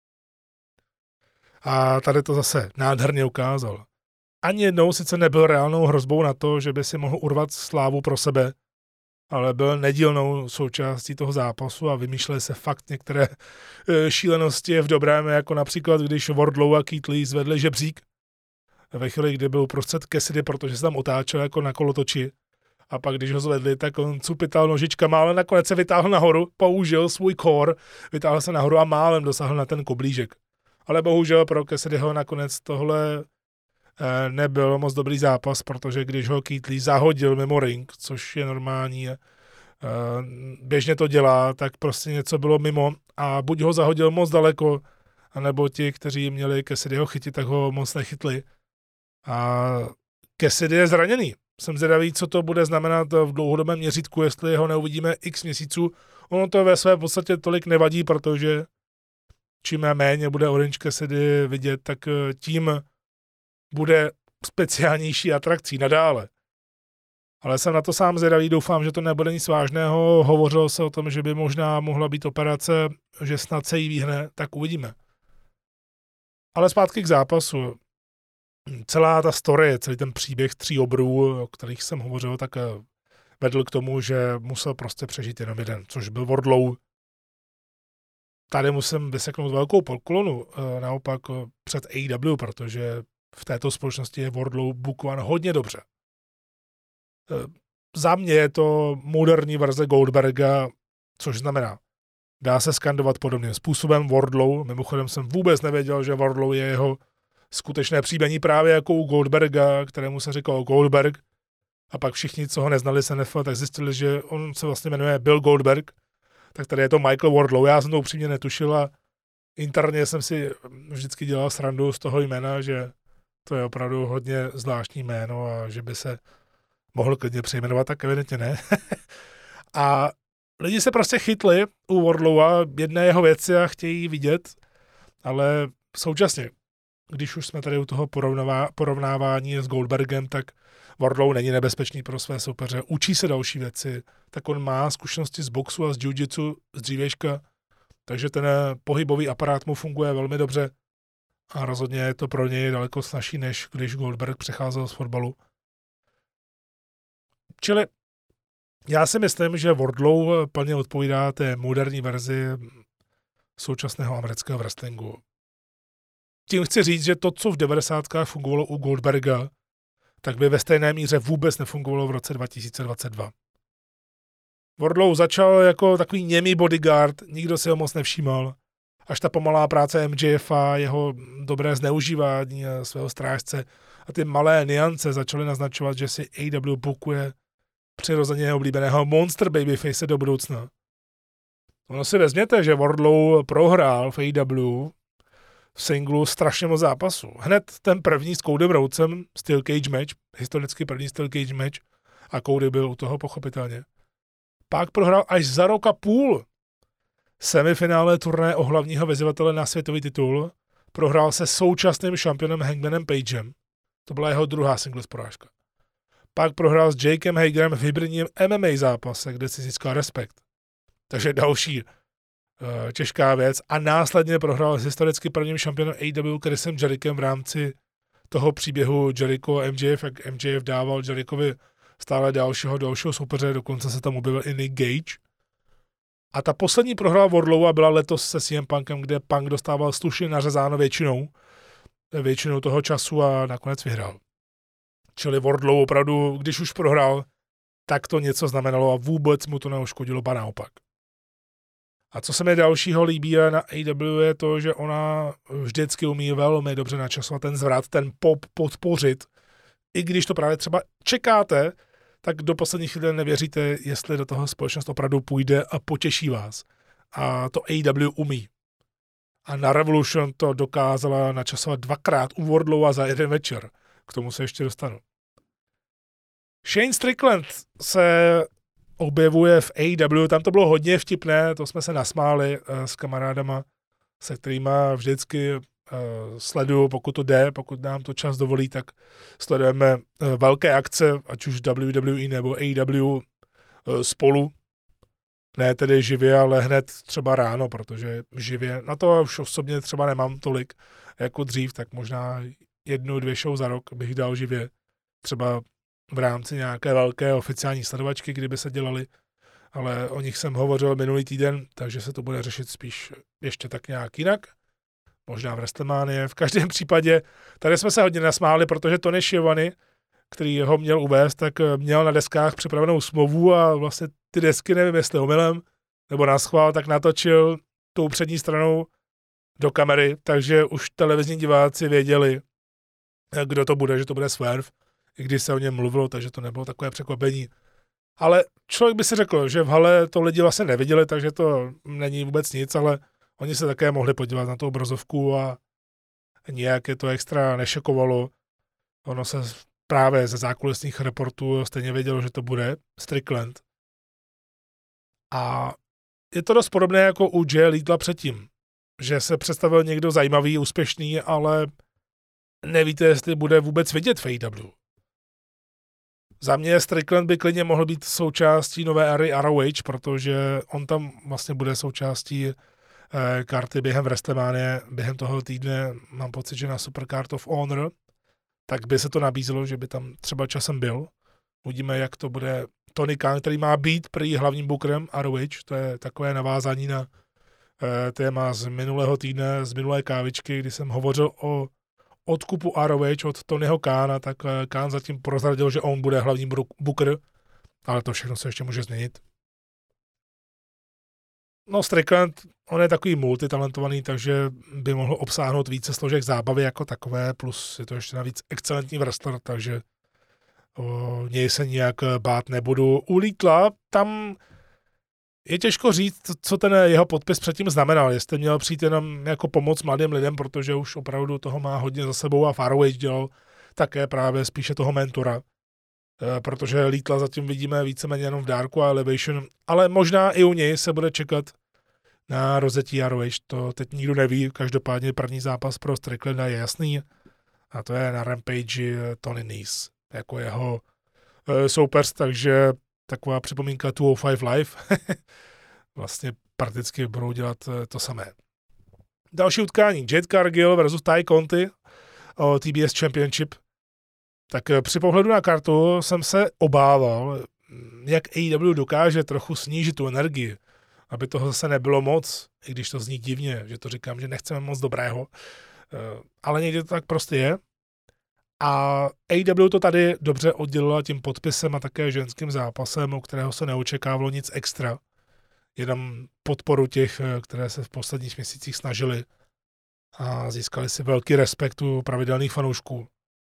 A tady to zase nádherně ukázal. Ani jednou sice nebyl reálnou hrozbou na to, že by si mohl urvat slávu pro sebe, ale byl nedílnou součástí toho zápasu a vymýšleli se fakt některé šílenosti v dobrém, jako například, když Wardlow a Keith Lee zvedli žebřík ve chvíli, kdy byl uprostřed Cassidy, protože se tam otáčel jako na kolotoči. A pak, když ho zvedli, tak on cupital nožičkama, ale nakonec se vytáhl nahoru, použil svůj core, vytáhl se nahoru a málem dosáhl na ten koblížek. Ale bohužel pro Cassidyho nakonec tohle nebyl moc dobrý zápas, protože když ho Keith Lee zahodil mimo ring, což je normální, běžně to dělá, tak prostě něco bylo mimo a buď ho zahodil moc daleko, anebo ti, kteří měli Cassidyho chytit, tak ho moc nechytli. A Cassidy je zraněný. Jsem zvědavý, co to bude znamenat v dlouhodobém měřítku, jestli ho neuvidíme x měsíců. Ono to ve své podstatě tolik nevadí, protože čím méně bude Orange Cassidy vidět, tak tím bude speciálnější atrakcí nadále. Ale jsem na to sám zvědavý, doufám, že to nebude nic vážného. Hovořilo se o tom, že by možná mohla být operace, že snad se jí vyhne, tak uvidíme. Ale zpátky k zápasu. Celá ta story, celý ten příběh 3 obrů, o kterých jsem hovořil, tak vedl k tomu, že musel prostě přežít jenom jeden, což byl Wardlow. Tady musím vyseknout velkou poklonu, naopak před AEW, protože v této společnosti je Wardlow bookovan hodně dobře. Za mě je to moderní verze Goldberga, což znamená, dá se skandovat podobným způsobem Wardlow. Mimochodem jsem vůbec nevěděl, že Wardlow je jeho skutečné příjmení právě jako u Goldberga, kterému se říkal Goldberg. A pak všichni, co ho neznali se NFL, tak zjistili, že on se vlastně jmenuje Bill Goldberg. Tak tady je to Michael Wardlow. Já jsem to upřímně netušil a interně jsem si vždycky dělal srandu z toho jména, že to je opravdu hodně zvláštní jméno a že by se mohl klidně přejmenovat, tak evidentně ne. A lidi se prostě chytli u Wardlowa jedné jeho věci a chtějí vidět, ale současně, když už jsme tady u toho porovnávání s Goldbergem, tak Wardlow není nebezpečný pro své soupeře, učí se další věci, tak on má zkušenosti z boxu a z jiu-jitsu z dřívějška, takže ten pohybový aparát mu funguje velmi dobře a rozhodně je to pro něj daleko snazší, než když Goldberg přecházel z fotbalu. Čili já si myslím, že Wardlow plně odpovídá té moderní verzi současného amerického wrestlingu. Tím chci říct, že to, co v 90kách fungovalo u Goldberga, tak by ve stejné míře vůbec nefungovalo v roce 2022. Wardlow začal jako takový němý bodyguard, nikdo si ho moc nevšímal, až ta pomalá práce MJF a jeho dobré zneužívání svého strážce a ty malé niance začaly naznačovat, že si AEW bookuje přirozeně oblíbeného Monster Babyface do budoucna. Ono si vezměte, že Wardlow prohrál v AEW v singlu strašně moc zápasů. Hned ten první s Codym Rhodesem, Steel Cage match, historicky první Steel Cage match, a Cody byl u toho pochopitelně. Pak prohrál až za rok a půl semifinále turnaje o hlavního vyzývatele na světový titul. Prohrál se současným šampionem Hangmanem Pagem. To byla jeho druhá singles porážka. Pak prohrál s Jakem Hagerem v hybridním MMA zápase, kde si získal respekt. Takže další těžká věc. A následně prohrál s historicky prvním šampionem AEW Chrisem Jerichem v rámci toho příběhu Jericho a MJF, jak MJF dával Jerichovi stále dalšího soupeře, dokonce se tam objevil i Nick Gage. A ta poslední prohra Wardlowa byla letos se CM Punkem, kde Punk dostával slušně nařezáno většinou toho času a nakonec vyhrál. Čili Wardlow opravdu, když už prohrál, tak to něco znamenalo a vůbec mu to neuškodilo, ba naopak. A co se mi dalšího líbí na AEW je to, že ona vždycky umí velmi dobře načasovat ten zvrat, ten pop podpořit. I když to právě třeba čekáte, tak do poslední chvíle nevěříte, jestli do toho společnost opravdu půjde a potěší vás. A to AEW umí. A na Revolution to dokázala načasovat dvakrát u Wardlowa za jeden večer. K tomu se ještě dostanu. Shane Strickland se objevuje v AEW, tam to bylo hodně vtipné, to jsme se nasmáli s kamarádama, se kterýma vždycky sleduju, pokud to jde, pokud nám to čas dovolí, tak sledujeme velké akce, ať už WWE nebo AEW spolu. Ne tedy živě, ale hned třeba ráno, protože živě, na to už osobně třeba nemám tolik jako dřív, tak možná 1-2 show za rok bych dal živě. Třeba v rámci nějaké velké oficiální sledovačky, kdyby se dělali, ale o nich jsem hovořil minulý týden, takže se to bude řešit spíš ještě tak nějak jinak. Možná v WrestleMania. V každém případě, tady jsme se hodně nasmáli, protože Tony Schiavone, který ho měl uvést, tak měl na deskách připravenou smlouvu a vlastně ty desky, nevím jestli omylem, nebo naschvál, tak natočil tou přední stranou do kamery, takže už televizní diváci věděli, kdo to bude, že to bude Swerve, i když se o něm mluvilo, takže to nebylo takové překvapení. Ale člověk by si řekl, že v hale to lidi vlastně neviděli, takže to není vůbec nic, ale oni se také mohli podívat na tu obrazovku a nějak je to extra nešokovalo. Ono se právě ze zákulisních reportů stejně vědělo, že to bude Strickland. A je to dost podobné jako u Jay Lethla předtím, že se představil někdo zajímavý, úspěšný, ale nevíte, jestli bude vůbec vidět v AEW. Za mě Strickland by klidně mohl být součástí nové éry ROH, protože on tam vlastně bude součástí karty během WrestleMania, během toho týdne, mám pocit, že na Supercard of Honor, tak by se to nabízelo, že by tam třeba časem byl. Uvidíme, jak to bude Tony Khan, který má být prý hlavním bookerem ROH, to je takové navázání na téma z minulého týdne, z minulé kávičky, kdy jsem hovořil o odkupu ROH od Tonyho Khana, tak Khan zatím prozradil, že on bude hlavní booker, ale to všechno se ještě může změnit. No Strickland, on je takový multitalentovaný, takže by mohl obsáhnout více složek zábavy jako takové, plus je to ještě navíc excelentní wrestler, takže o něj se nijak bát nebudu. U Lethla tam je těžko říct, co ten jeho podpis předtím znamenal, jestli měl přijít jenom jako pomoc mladým lidem, protože už opravdu toho má hodně za sebou a ROH dělal také právě spíše toho mentora, protože Lethla zatím vidíme víceméně jenom v Darku a Elevation, ale možná i u něj se bude čekat na rozjetí ROH, to teď nikdo neví, každopádně první zápas pro Stricklanda je jasný a to je na Rampage Tony Nese jako jeho soupeř, takže taková připomínka 205 Live. Vlastně prakticky budou dělat to samé. Další utkání. Jade Cargill versus Ty Conti o TBS Championship. Tak při pohledu na kartu jsem se obával, jak AEW dokáže trochu snížit tu energii, aby toho zase nebylo moc, i když to zní divně, že to říkám, že nechceme moc dobrého, ale někdy to tak prostě je. A AEW to tady dobře oddělila tím podpisem a také ženským zápasem, u kterého se neočekávalo nic extra. Jenom podporu těch, které se v posledních měsících snažili a získali si velký respekt u pravidelných fanoušků.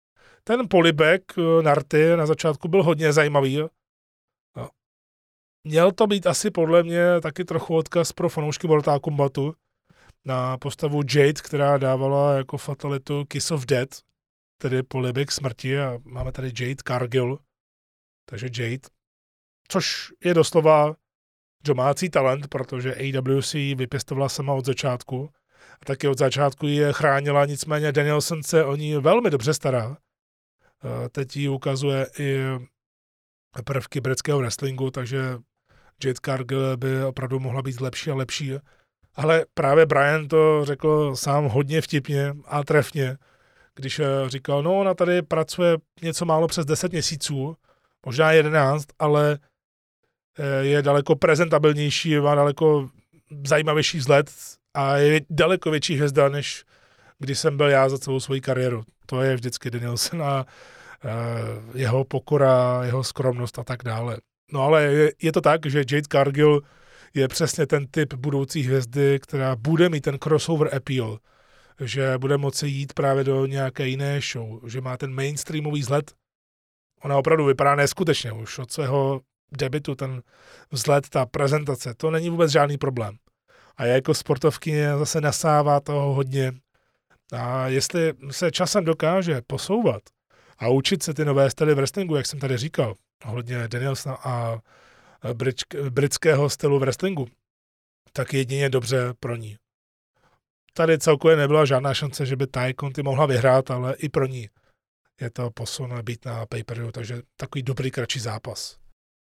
Ten polibek Narty na začátku byl hodně zajímavý. No. Měl to být asi podle mě taky trochu odkaz pro fanoušky Mortal Kombatu na postavu Jade, která dávala jako fatalitu Kiss of Death, tedy polibek smrti, a máme tady Jade Cargill, takže Jade, což je doslova domácí talent, protože AWC vypěstovala sama od začátku a taky od začátku ji chránila, nicméně Danielson se o ní velmi dobře stará. Teď jí ukazuje i prvky britského wrestlingu, takže Jade Cargill by opravdu mohla být lepší a lepší. Ale právě Brian to řekl sám hodně vtipně a trefně, když říkal, no ona tady pracuje něco málo přes 10 měsíců, možná 11, ale je daleko prezentabilnější, má daleko zajímavější vzhled a je daleko větší hvězda, než když jsem byl já za celou svoji kariéru. To je vždycky Danielson a jeho pokora, jeho skromnost a tak dále. No ale je to tak, že Jade Cargill je přesně ten typ budoucí hvězdy, která bude mít ten crossover appeal, že bude moci jít právě do nějaké jiné show, že má ten mainstreamový vzhled. Ona opravdu vypadá neskutečně už od svého debutu, ten vzhled, ta prezentace, to není vůbec žádný problém. A jako sportovkyně zase nasává toho hodně. A jestli se časem dokáže posouvat a učit se ty nové styly v wrestlingu, jak jsem tady říkal, ohledně Danielsona a britského stylu v wrestlingu, tak jedině dobře pro ní. Tady celkově nebyla žádná šance, že by Tay Conti mohla vyhrát, ale i pro ní je to posun být na pay-per-view, takže takový dobrý kratší zápas.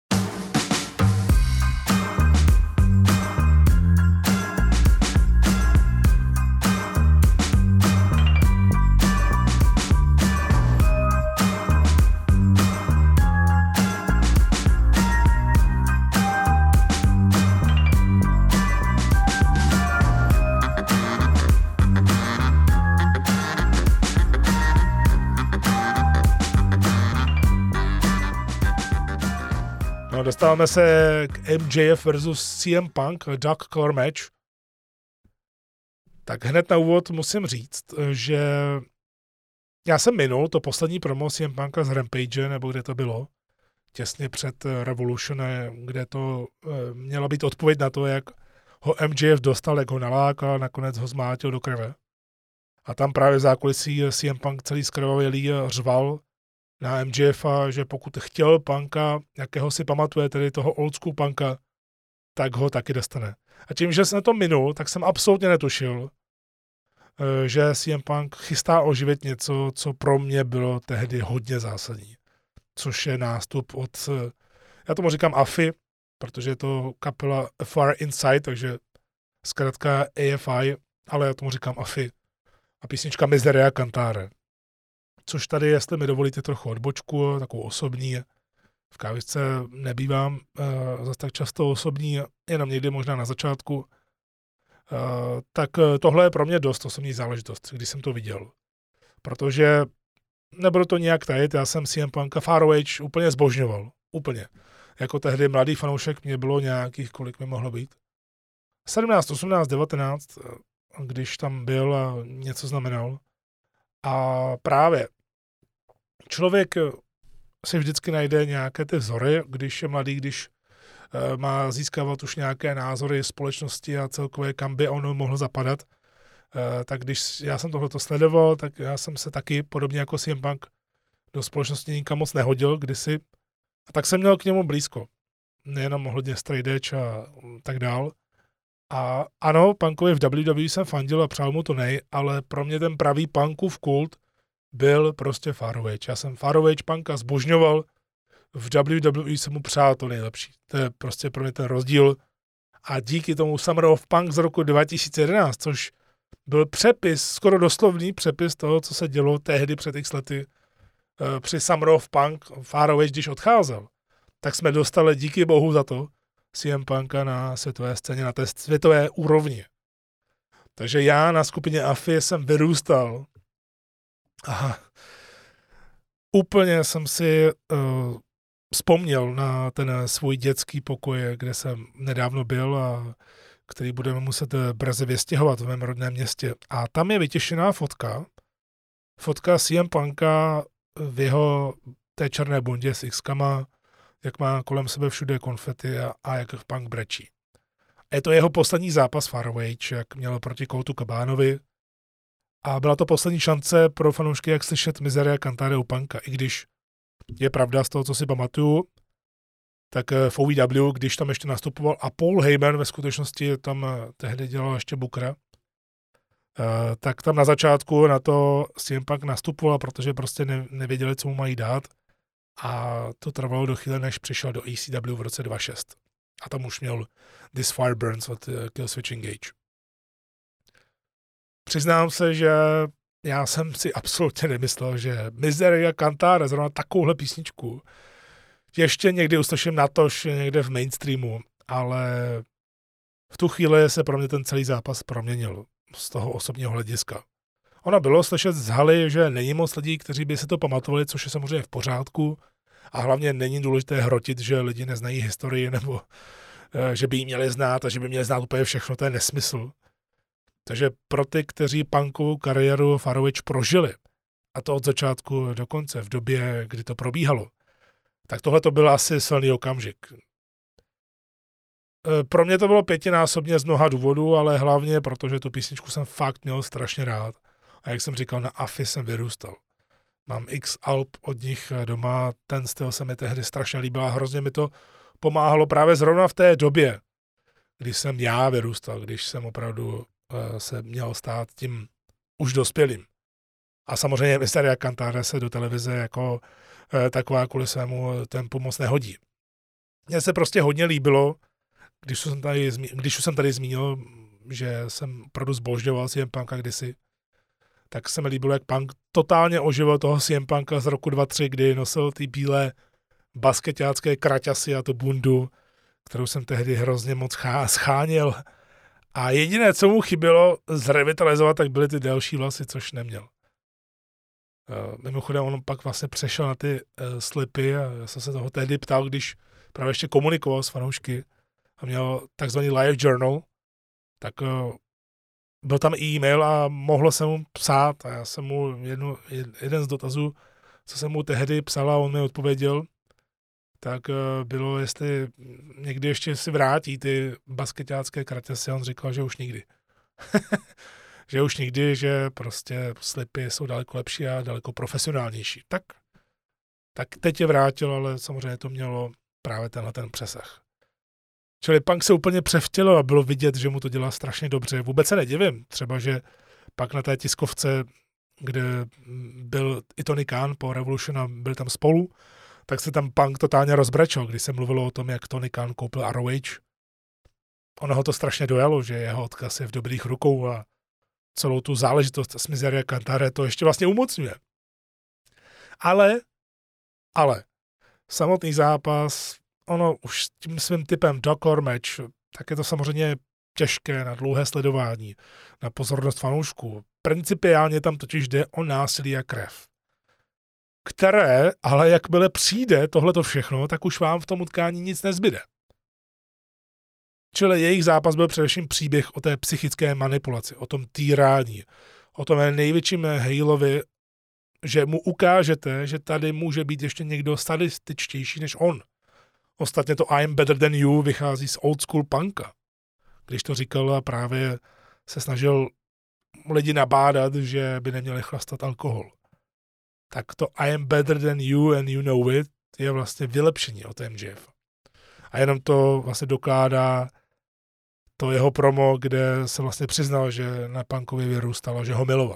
Dostáváme se k MJF versus CM Punk, Dark Color Match. Tak hned na úvod musím říct, že já jsem minul to poslední promo CM Punka z Rampage, nebo kde to bylo, těsně před Revolution, kde to měla být odpověď na to, jak ho MJF dostal, jak ho nalákal, nakonec ho zmátil do krve. A tam právě v zákulisí CM Punk celý skrvavělý řval na MJFa, že pokud chtěl Punka, jakého si pamatuje, tedy toho old school Punka, tak ho taky dostane. A tím, že jsem to minul, tak jsem absolutně netušil, že CM Punk chystá oživit něco, co pro mě bylo tehdy hodně zásadní. Což je nástup od, já tomu říkám AFI, protože je to kapela Far Inside, takže zkrátka AFI, ale já tomu říkám AFI. A písnička Miseria Cantare. Což tady, jestli mi dovolíte trochu odbočku, takovou osobní, v kávisce nebývám zase tak často osobní, jenom někdy možná na začátku, tak tohle je pro mě dost osobní záležitost, když jsem to viděl. Protože nebudu to nějak tajit, já jsem CM Punka Far Age úplně zbožňoval. Úplně. Jako tehdy mladý fanoušek mě bylo nějakých, kolik mi mohlo být? 17, 18, 19, když tam byl a něco znamenal. A právě člověk si vždycky najde nějaké ty vzory, když je mladý, když má získávat už nějaké názory společnosti a celkově kam by on mohl zapadat. Tak když já jsem tohleto sledoval, tak já jsem se taky, podobně jako CM Punk, do společnosti nikam moc nehodil kdysi. A tak jsem měl k němu blízko. Nejenom ohledně straight edge a tak dál. A ano, Punkovi v WWE jsem fandil a přál mu to nej, ale pro mě ten pravý Punkův kult byl prostě Far Age. Já jsem Far Age Punka zbožňoval, v WWE jsem mu přál to nejlepší. To je prostě pro mě ten rozdíl. A díky tomu Summer of Punk z roku 2011, což byl přepis, skoro doslovný přepis toho, co se dělo tehdy před x lety při Summer of Punk, Far Age, když odcházel, tak jsme dostali díky bohu za to CM Punka na světové scéně, na té světové úrovni. Takže já na skupině AFI jsem vyrůstal a úplně jsem si vzpomněl na ten svůj dětský pokoj, kde jsem nedávno byl a který budeme muset brzy vystěhovat v mém rodném městě. A tam je vytěšená fotka CM Punka v jeho té černé bundě s X-kama, jak má kolem sebe všude konfety a jak Punk brečí. A je to jeho poslední zápas Faroage, jak měl proti Coltu Cabanovi. A byla to poslední šance pro fanoušky, jak slyšet mizery a kantáre u Punka. I když je pravda z toho, co si pamatuju, tak v OVW, když tam ještě nastupoval a Paul Heyman ve skutečnosti tam tehdy dělal ještě Bookera, tak tam na začátku na to CM Punk nastupoval, protože prostě nevěděli, co mu mají dát. A to trvalo do chvíle, než přišel do ECW v roce 2006. A tam už měl This Fire Burns od Killswitch Engage. Přiznám se, že já jsem si absolutně nemyslel, že Misery a Kantare, zrovna takovouhle písničku, ještě někdy uslyším natož někde v mainstreamu, ale v tu chvíli se pro mě ten celý zápas proměnil z toho osobního hlediska. Ono bylo slyšet z haly, že není moc lidí, kteří by si to pamatovali, což je samozřejmě v pořádku a hlavně není důležité hrotit, že lidi neznají historii nebo že by ji měli znát a že by měli znát úplně všechno, to je nesmysl. Takže pro ty, kteří punkovou kariéru Faroage prožili, a to od začátku do konce, v době, kdy to probíhalo, tak tohle to byl asi silný okamžik. Pro mě to bylo 5násobně z mnoha důvodů, ale hlavně protože tu písničku jsem fakt měl strašně rád. A jak jsem říkal, na AFI jsem vyrůstal. Mám x alb od nich doma, ten styl se mi tehdy strašně líbil a hrozně mi to pomáhalo právě zrovna v té době, kdy jsem já vyrůstal, když jsem opravdu se měl stát tím už dospělým. A samozřejmě Misery a Kantare se do televize jako taková kvůli svému tempu moc nehodí. Mně se prostě hodně líbilo, když už jsem tady zmínil, že jsem opravdu zbožňoval CM Punka kdysi, tak se mi líbilo, jak Punk totálně oživil toho CM Punka z roku 2003, kdy nosil ty bílé basketácké kraťasy a tu bundu, kterou jsem tehdy hrozně moc scháněl. A jediné, co mu chybělo zrevitalizovat, tak byly ty delší vlasy, což neměl. Mimochodem, on pak vlastně přešel na ty slipy a já jsem se toho tehdy ptal, když právě ještě komunikoval s fanoušky a měl takzvaný live journal, tak byl tam e-mail a mohlo se mu psát a já jsem mu jeden z dotazů, co jsem mu tehdy psal a on mi odpověděl, tak bylo, jestli někdy ještě si vrátí ty basketácké kraťasy a on říkal, že už nikdy. Že už nikdy, že prostě slipy jsou daleko lepší a daleko profesionálnější. Tak teď je vrátil, ale samozřejmě to mělo právě tenhle ten přesah. Čili Punk se úplně převtělo a bylo vidět, že mu to dělá strašně dobře. Vůbec se nedivím. Třeba, že pak na té tiskovce, kde byl i Tony Khan po Revolution a byli tam spolu, tak se tam Punk totálně rozbrečel, když se mluvilo o tom, jak Tony Khan koupil ROH. Ono ho to strašně dojalo, že jeho odkaz je v dobrých rukou a celou tu záležitost s Misery a Kantare to ještě vlastně umocňuje. Ale samotný zápas, ono už s tím svým typem Dark match, tak je to samozřejmě těžké na dlouhé sledování, na pozornost fanoušků. Principiálně tam totiž jde o násilí a krev. Které, ale jakmile přijde tohleto všechno, tak už vám v tom utkání nic nezbyde. Čili jejich zápas byl především příběh o té psychické manipulaci, o tom týrání, o tom největším Haleovi, že mu ukážete, že tady může být ještě někdo sadističtější než on. Ostatně to I'm better than you vychází z old school punka. Když to říkal a právě se snažil lidi nabádat, že by neměli chlastat alkohol. Tak to I am better than you and you know it je vlastně vylepšení od MJF. A jenom to vlastně dokládá to jeho promo, kde se vlastně přiznal, že na Punkovi vyrůstal a že ho miloval.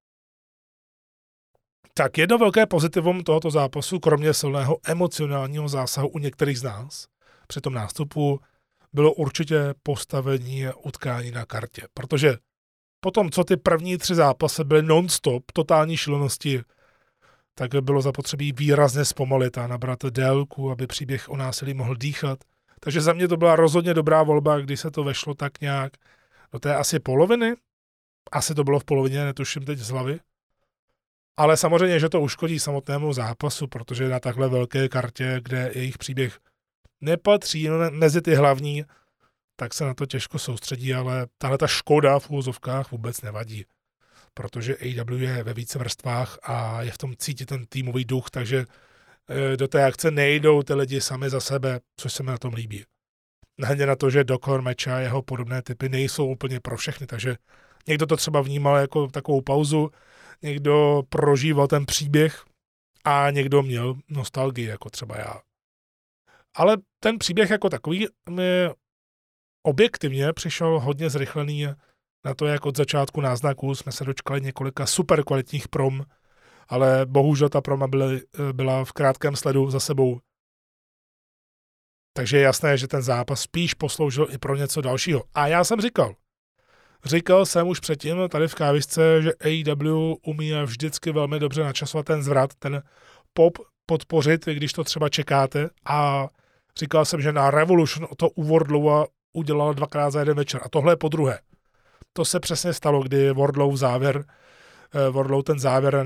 Tak jedno velké pozitivum tohoto zápasu, kromě silného emocionálního zásahu u některých z nás při tom nástupu, bylo určitě postavení utkání na kartě. Protože potom, co ty první 3 zápasy byly non-stop, totální šílenosti, tak bylo zapotřebí výrazně zpomalit a nabrat délku, aby příběh o násilí mohl dýchat. Takže za mě to byla rozhodně dobrá volba, když se to vešlo tak nějak do té asi poloviny. Asi to bylo v polovině, netuším teď z hlavy. Ale samozřejmě, že to uškodí samotnému zápasu, protože na takhle velké kartě, kde jejich příběh nepatří mezi ty hlavní, tak se na to těžko soustředí, ale tahle ta škoda v úvozovkách vůbec nevadí. protože AEW je ve více vrstvách a je v tom cítit ten týmový duch, takže do té akce nejdou ty lidi sami za sebe, což se mi na tom líbí. Nehledě na to, že Dokor Mecha a jeho podobné typy nejsou úplně pro všechny, takže někdo to třeba vnímal jako takovou pauzu, někdo prožíval ten příběh a někdo měl nostalgii, jako třeba já. Ale ten příběh jako takový mi objektivně přišel hodně zrychlený na to, jak od začátku náznaků jsme se dočkali několika super kvalitních prom, ale bohužel ta proma byla v krátkém sledu za sebou. Takže je jasné, že ten zápas spíš posloužil i pro něco dalšího. A já jsem říkal jsem už předtím tady v kávisce, že AEW umí vždycky velmi dobře načasovat ten zvrat, ten pop podpořit, když to třeba čekáte. A říkal jsem, že na Revolution to u Wardlowa udělal 2krát za jeden večer. A tohle je po druhé. To se přesně stalo, kdy Wardlow ten závěr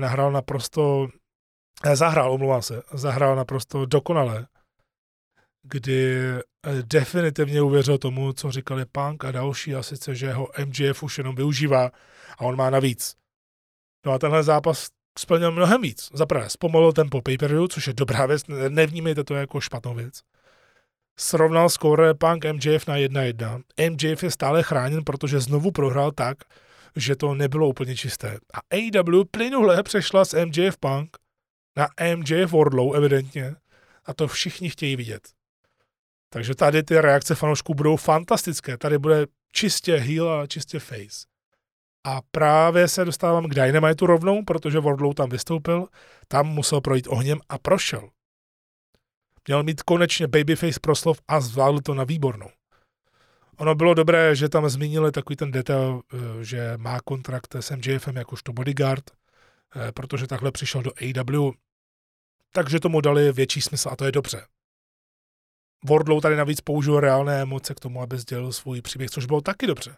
zahrál naprosto dokonale, kdy definitivně uvěřil tomu, co říkali Punk a další, a sice, že ho MJF už jenom využívá a on má navíc. No a tenhle zápas splnil mnohem víc. Zaprvé zpomalil tempo pay-per-view, což je dobrá věc, nevnímejte to jako špatnou věc. Srovnal skóre Punk MJF na 1-1. MJF je stále chráněn, protože znovu prohrál tak, že to nebylo úplně čisté. A AEW plynule přešla z MJF Punk na MJF Wardlow evidentně a to všichni chtějí vidět. Takže tady ty reakce fanoušků budou fantastické. Tady bude čistě heel a čistě face. A právě se dostávám k Dynamitu rovnou, protože Wardlow tam vystoupil, tam musel projít ohněm a prošel. Měl mít konečně babyface proslov a zvládl to na výbornou. Ono bylo dobré, že tam zmínili takový ten detail, že má kontrakt s MJFem jakožto bodyguard, protože takhle přišel do AEW, takže tomu dali větší smysl a to je dobře. Wardlow tady navíc použil reálné emoce k tomu, aby sdělil svůj příběh, což bylo taky dobře.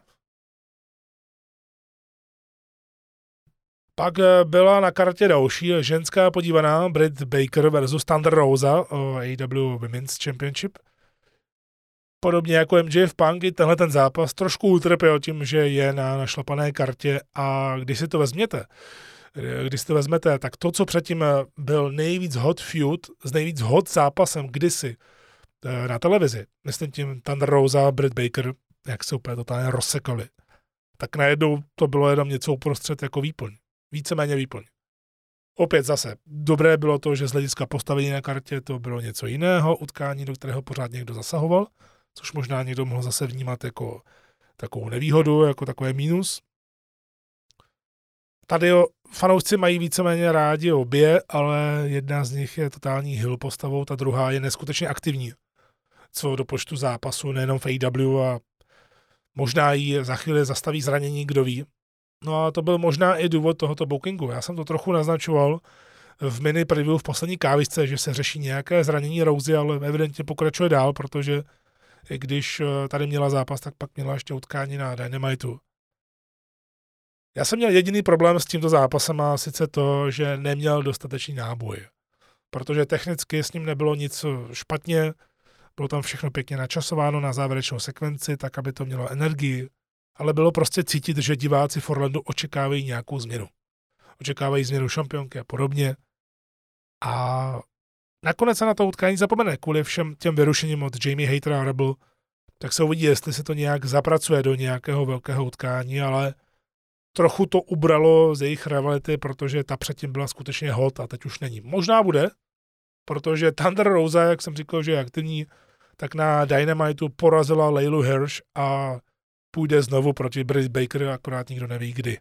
Pak byla na kartě další ženská podívaná Britt Baker versus Thunder Rosa o AEW Women's Championship. Podobně jako MJF Punk, i tenhle ten zápas trošku utrpěl tím, že je na našlapané kartě a když si to vezmete, tak to, co předtím byl nejvíc hot feud s nejvíc hot zápasem kdysi na televizi, myslím tím Thunder Rosa a Britt Baker, jak se úplně totálně rozsekali, tak najednou to bylo jenom něco uprostřed jako výplň. Víceméně výplň. Opět zase, dobré bylo to, že z hlediska postavení na kartě to bylo něco jiného, utkání, do kterého pořád někdo zasahoval, což možná někdo mohl zase vnímat jako takovou nevýhodu, jako takové mínus. Tady fanoušci mají víceméně rádi obě, ale jedna z nich je totální heel postavou, ta druhá je neskutečně aktivní. Co do počtu zápasů, nejenom v AEW a možná jí za chvíli zastaví zranění, kdo ví. No a to byl možná i důvod tohoto bookingu. Já jsem to trochu naznačoval v mini preview v poslední kávisce, že se řeší nějaké zranění Rousey, ale evidentně pokračuje dál, protože i když tady měla zápas, tak pak měla ještě utkání na Dynamitu. Já jsem měl jediný problém s tímto zápasem a sice to, že neměl dostatečný náboj. Protože technicky s ním nebylo nic špatně, bylo tam všechno pěkně načasováno na závěrečnou sekvenci, tak aby to mělo energii, ale bylo prostě cítit, že diváci v Orlandu očekávají nějakou změnu. Očekávají změnu šampionky a podobně. A nakonec se na to utkání zapomene kvůli všem těm vyrušením od Jamie Haytera a Rebel, tak se uvidí, jestli se to nějak zapracuje do nějakého velkého utkání, ale trochu to ubralo z jejich rivality, protože ta předtím byla skutečně hot a teď už není. Možná bude, protože Thunder Rosa, jak jsem říkal, že je aktivní, tak na Dynamitu porazila Laylu Hirsch a půjde znovu proti Britt Baker, akorát nikdo neví kdy.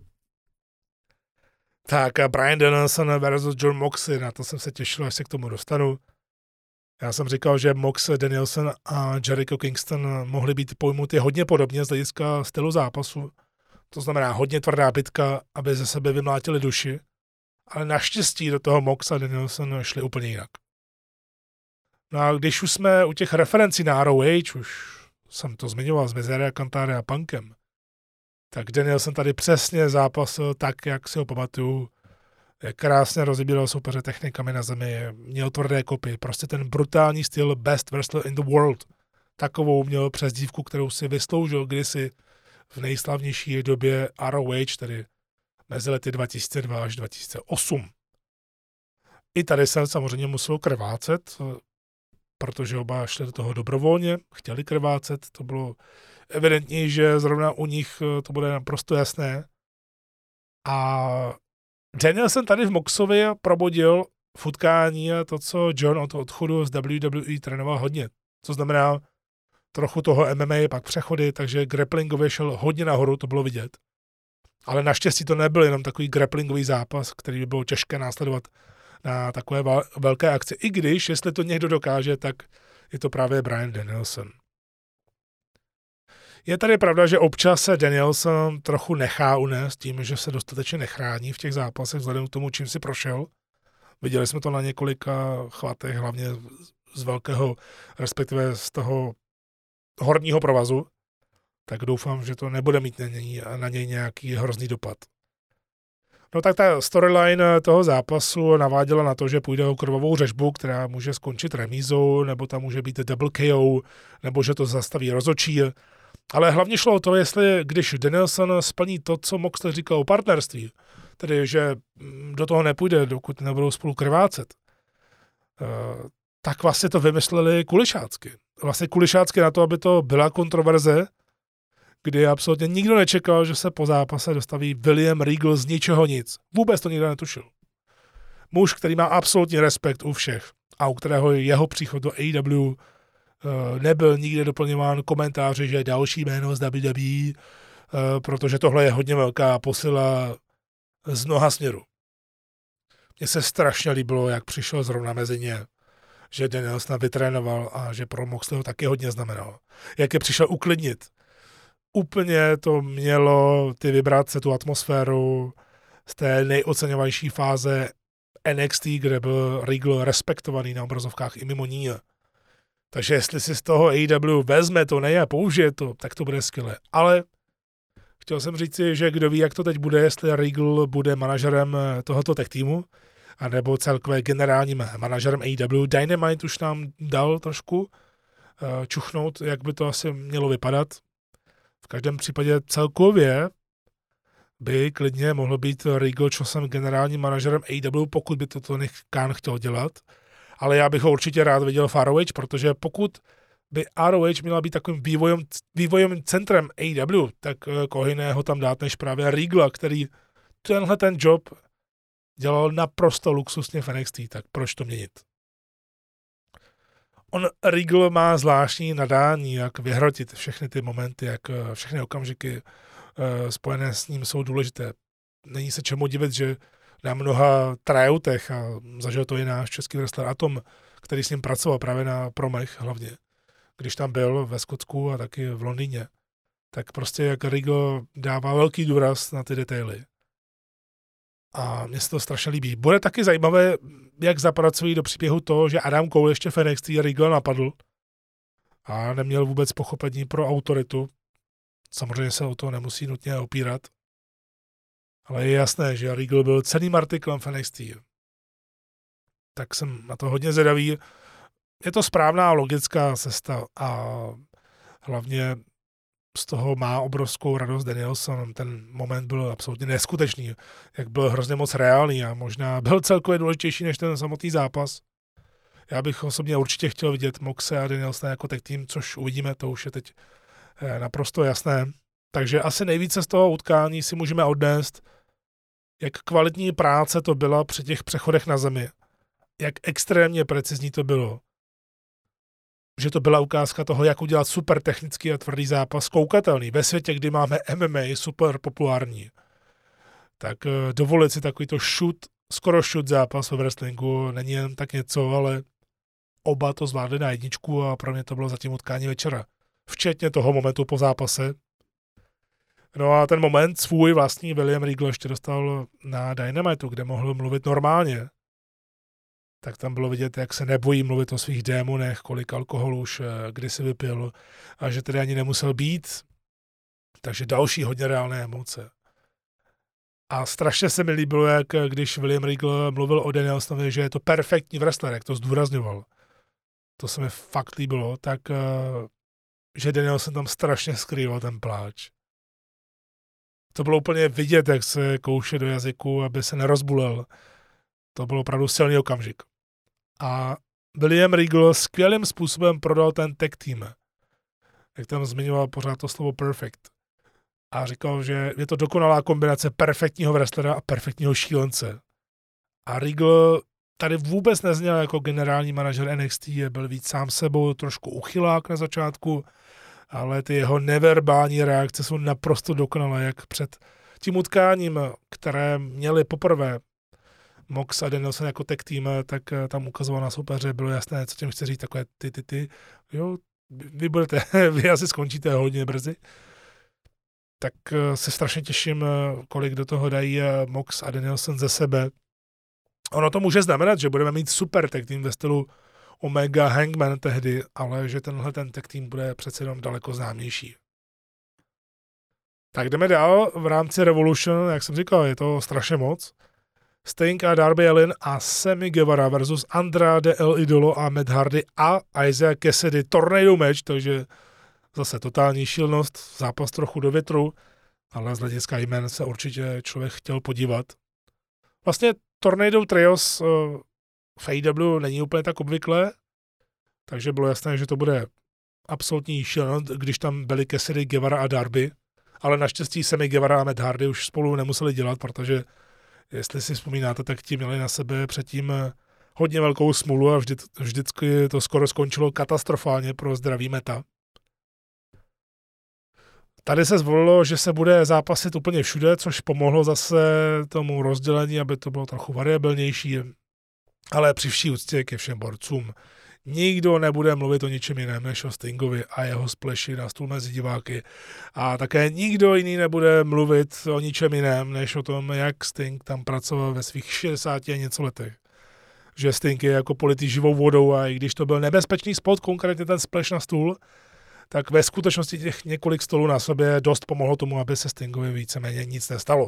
Tak a Bryan Danielson versus Jon Moxley, na to jsem se těšil, až se k tomu dostanu. Já jsem říkal, že Mox, Danielson a Jericho Kingston mohli být pojmuty hodně podobně z hlediska stylu zápasu. To znamená hodně tvrdá bitka, aby ze sebe vymlátili duši, ale naštěstí do toho Mox a Danielson šli úplně jinak. No a když už jsme u těch referencí na ROH, už jsem to zmiňoval s Mizeria, Kantare a Punkem, tak Danielson tady přesně zápasil tak, jak si ho pamatuju, jak krásně rozebíral soupeře technikami na zemi, měl tvrdé kopy, prostě ten brutální styl best wrestler in the world. Takovou měl přezdívku, kterou si vysloužil kdysi v nejslavnější době ROH, tedy mezi lety 2002 až 2008. I tady se samozřejmě muselo krvácet, protože oba šli do toho dobrovolně, chtěli krvácet, to bylo evidentní, že zrovna u nich to bude naprosto jasné. A Danielson tady v Moxovi probudil v utkání to, co John od odchodu z WWE trénoval hodně. Co znamená trochu toho MMA, pak přechody, takže grapplingově šel hodně nahoru, to bylo vidět. Ale naštěstí to nebyl jenom takový grapplingový zápas, který by bylo těžké následovat na takové velké akce. I když, jestli to někdo dokáže, tak je to právě Bryan Danielson. Je tady pravda, že občas se Danielson trochu nechá unést tím, že se dostatečně nechrání v těch zápasech vzhledem k tomu, čím si prošel. Viděli jsme to na několika chvatech, hlavně z velkého, respektive z toho horního provazu. Tak doufám, že to nebude mít na něj nějaký hrozný dopad. No tak ta storyline toho zápasu naváděla na to, že půjde o krvavou řežbu, která může skončit remízou, nebo tam může být double KO, nebo že to zastaví rozhodčí. Ale hlavně šlo o to, jestli když Danielson splní to, co Moxley říkal o partnerství, tedy že do toho nepůjde, dokud nebudou spolu krvácet, tak vlastně to vymysleli kulišácky. Vlastně kulišácky na to, aby to byla kontroverze, kdy absolutně nikdo nečekal, že se po zápase dostaví William Regal z ničeho nic. Vůbec to nikdo netušil. Muž, který má absolutní respekt u všech a u kterého jeho příchod do AEW nebyl nikdy doplňován komentáři, že je další jméno z WWE, protože tohle je hodně velká posila z mnoha směrů. Mně se strašně líbilo, jak přišel zrovna mezi ně, že Danielson vytrénoval a že pro Moxleyho taky hodně znamenal. Jak je přišel uklidnit. Úplně to mělo ty vibrace, tu atmosféru z té nejoceňovanější fáze NXT, kde byl Regal respektovaný na obrazovkách i mimo ní. Takže jestli si z toho AEW vezme to a použije to, tak to bude skvělé. Ale chtěl jsem říci, že kdo ví, jak to teď bude, jestli Regal bude manažerem tohoto tech týmu, anebo celkově generálním manažerem AEW. Dynamite už nám dal trošku čuchnout, jak by to asi mělo vypadat. V každém případě celkově by klidně mohlo být Regal časem generálním manažerem AEW, pokud by to Tony Khan chtěl dělat. Ale já bych ho určitě rád viděl v ROH, protože pokud by ROH měla být takovým vývojovým centrem AEW, tak koho jiného tam dát než právě Regala, který tenhle ten job dělal naprosto luxusně v NXT, tak proč to měnit? Regal má zvláštní nadání, jak vyhrotit všechny ty momenty, jak všechny okamžiky spojené s ním jsou důležité. Není se čemu divit, že na mnoha tryoutech, a zažil to i náš český wrestler Atom, který s ním pracoval právě na promech hlavně, když tam byl ve Skotsku a taky v Londýně, tak prostě jak Regal dává velký důraz na ty detaily. A mně se to strašně líbí. Bude taky zajímavé, jak zapracují do příběhu to, že Adam Cole ještě v NXT Regal napadl a neměl vůbec pochopení pro autoritu. Samozřejmě se o to nemusí nutně opírat. Ale je jasné, že Regal byl cenným artiklem v NXT. Tak jsem na to hodně zvědavý. Je to správná a logická cesta a hlavně z toho má obrovskou radost Danielson. Ten moment byl absolutně neskutečný, jak byl hrozně moc reálný a možná byl celkově důležitější než ten samotný zápas. Já bych osobně určitě chtěl vidět Moxe a Danielsona jako tag tým, což uvidíme, to už je teď naprosto jasné. Takže asi nejvíce z toho utkání si můžeme odnést, jak kvalitní práce to byla při těch přechodech na zemi. Jak extrémně precizní to bylo. Že to byla ukázka toho, jak udělat super technický a tvrdý zápas, koukatelný. Ve světě, kdy máme MMA super populární. Tak dovolit si takovýto skoro shoot zápas ve wrestlingu není jen tak něco, ale oba to zvládli na jedničku a pro mě to bylo zatím utkání večera. Včetně toho momentu po zápase. No a ten moment svůj vlastní William Regal ještě dostal na Dynamitu, kde mohl mluvit normálně. Tak tam bylo vidět, jak se nebojí mluvit o svých démonech, kolik alkoholu už kdysi vypil a že tedy ani nemusel být. Takže další hodně reálné emoce. A strašně se mi líbilo, jak když William Regal mluvil o Danielsonovi, že je to perfektní wrestler, jak to zdůrazňoval. To se mi fakt líbilo, tak že Danielson tam strašně skrýval ten pláč. To bylo úplně vidět, jak se kouše do jazyku, aby se nerozbulel. To byl opravdu silný okamžik. A William Regal skvělým způsobem prodal ten tag team. Jak tam zmiňoval pořád to slovo perfect. A říkal, že je to dokonalá kombinace perfektního wrestlera a perfektního šílence. A Regal tady vůbec nezněl jako generální manažer NXT, byl víc sám sebou, trošku uchylák na začátku, ale ty jeho neverbální reakce jsou naprosto dokonalé, jak před tím utkáním, které měli poprvé Mox a Danielson jako tag team, tak tam ukazoval na soupeře, bylo jasné, co tím chce říct, takové ty. Jo, vy asi skončíte hodně brzy. Tak se strašně těším, kolik do toho dají Mox a Danielson ze sebe. Ono to může znamenat, že budeme mít super tag team ve stylu Omega Hangman tehdy, ale že tenhle ten tag team bude přece jenom daleko známější. Tak jdeme dál v rámci Revolution, jak jsem říkal, je to strašně moc. Sting a Darby Allin a Sammy Guevara versus Andrade El Idolo a Matt Hardy a Isaiah Cassidy tornado match, takže zase totální šílenost, zápas trochu do větru, ale z hlediska jmen se určitě člověk chtěl podívat. Vlastně Tornado Trios v AEW není úplně tak obvyklé, takže bylo jasné, že to bude absolutní šílenost, když tam byli Cassidy, Guevara a Darby, ale naštěstí Sammy Guevara a Matt Hardy už spolu nemuseli dělat, protože jestli si vzpomínáte, tak ti měli na sebe předtím hodně velkou smůlu a vždycky to skoro skončilo katastrofálně pro zdraví Meta. Tady se zvolilo, že se bude zápasit úplně všude, což pomohlo zase tomu rozdělení, aby to bylo trochu variabilnější, ale při vší úctě ke všem borcům. Nikdo nebude mluvit o ničem jiném než o Stingovi a jeho spleši na stůl mezi diváky. A také nikdo jiný nebude mluvit o ničem jiném, než o tom, jak Sting tam pracoval ve svých 60 a něco letech. Že Sting je jako politý živou vodou a i když to byl nebezpečný spot, konkrétně ten splash na stůl, tak ve skutečnosti těch několik stolů na sobě dost pomohlo tomu, aby se Stingovi víceméně nic nestalo.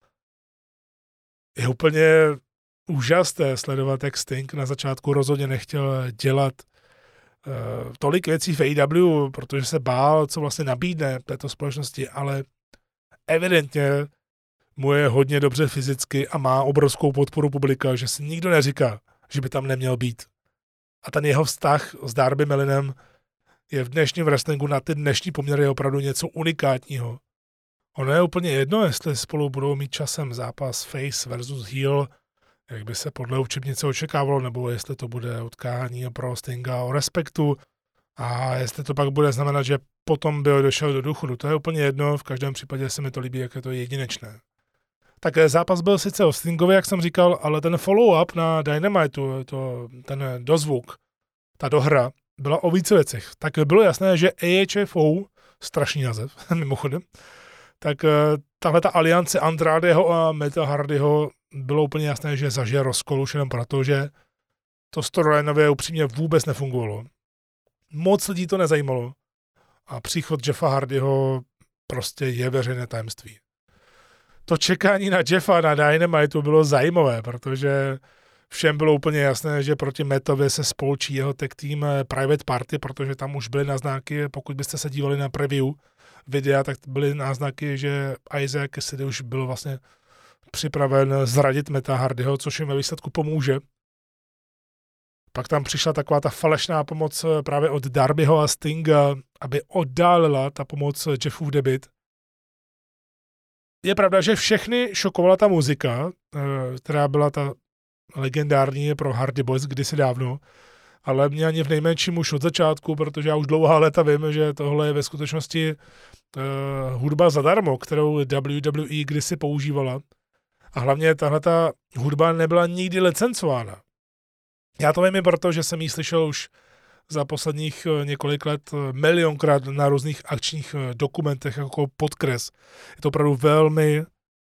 Je úplně úžasné sledovat, jak Sting na začátku rozhodně nechtěl dělat tolik věcí v AEW, protože se bál, co vlastně nabídne této společnosti, ale evidentně mu je hodně dobře fyzicky a má obrovskou podporu publika, že si nikdo neříká, že by tam neměl být. A ten jeho vztah s Darby Allinem je v dnešním wrestlingu na ty dnešní poměry opravdu něco unikátního. Ono je úplně jedno, jestli spolu budou mít časem zápas face versus heel, jak by se podle učebnice očekávalo, nebo jestli to bude utkání pro Stinga o respektu a jestli to pak bude znamenat, že potom by došel do důchodu. To je úplně jedno, v každém případě se mi to líbí, jak je to jedinečné. Tak zápas byl sice o Stingovi, jak jsem říkal, ale ten follow-up na Dynamitu, ten dozvuk, ta dohra, byla o více věcech. Tak bylo jasné, že AHFO, strašný název, mimochodem, tak tahle ta aliance Andradeho a Meta Hardyho bylo úplně jasné, že zažije rozkol už jenom proto, že to storylineově upřímně vůbec nefungovalo. Moc lidí to nezajímalo a příchod Jeffa Hardyho prostě je veřejné tajemství. To čekání na Jeffa na Dynamitu bylo zajímavé, protože všem bylo úplně jasné, že proti Metovi se spolčí jeho tag team Private Party, protože tam už byly náznaky, pokud byste se dívali na preview videa, tak byly náznaky, že Isaac Cassidy už byl vlastně připraven zradit Meta Hardyho, což jim ve výsledku pomůže. Pak tam přišla taková ta falešná pomoc právě od Darbyho a Stinga, aby oddálila ta pomoc Jeffův debut. Je pravda, že všechny šokovala ta muzika, která byla ta legendární pro Hardy Boys kdysi dávno, ale mě ani v nejmenším už od začátku, protože já už dlouhá léta vím, že tohle je ve skutečnosti hudba zadarmo, kterou WWE kdysi používala. A hlavně tahleta hudba nebyla nikdy licencována. Já to vím i proto, že jsem ji slyšel už za posledních několik let milionkrát na různých akčních dokumentech jako podkres. Je to opravdu velmi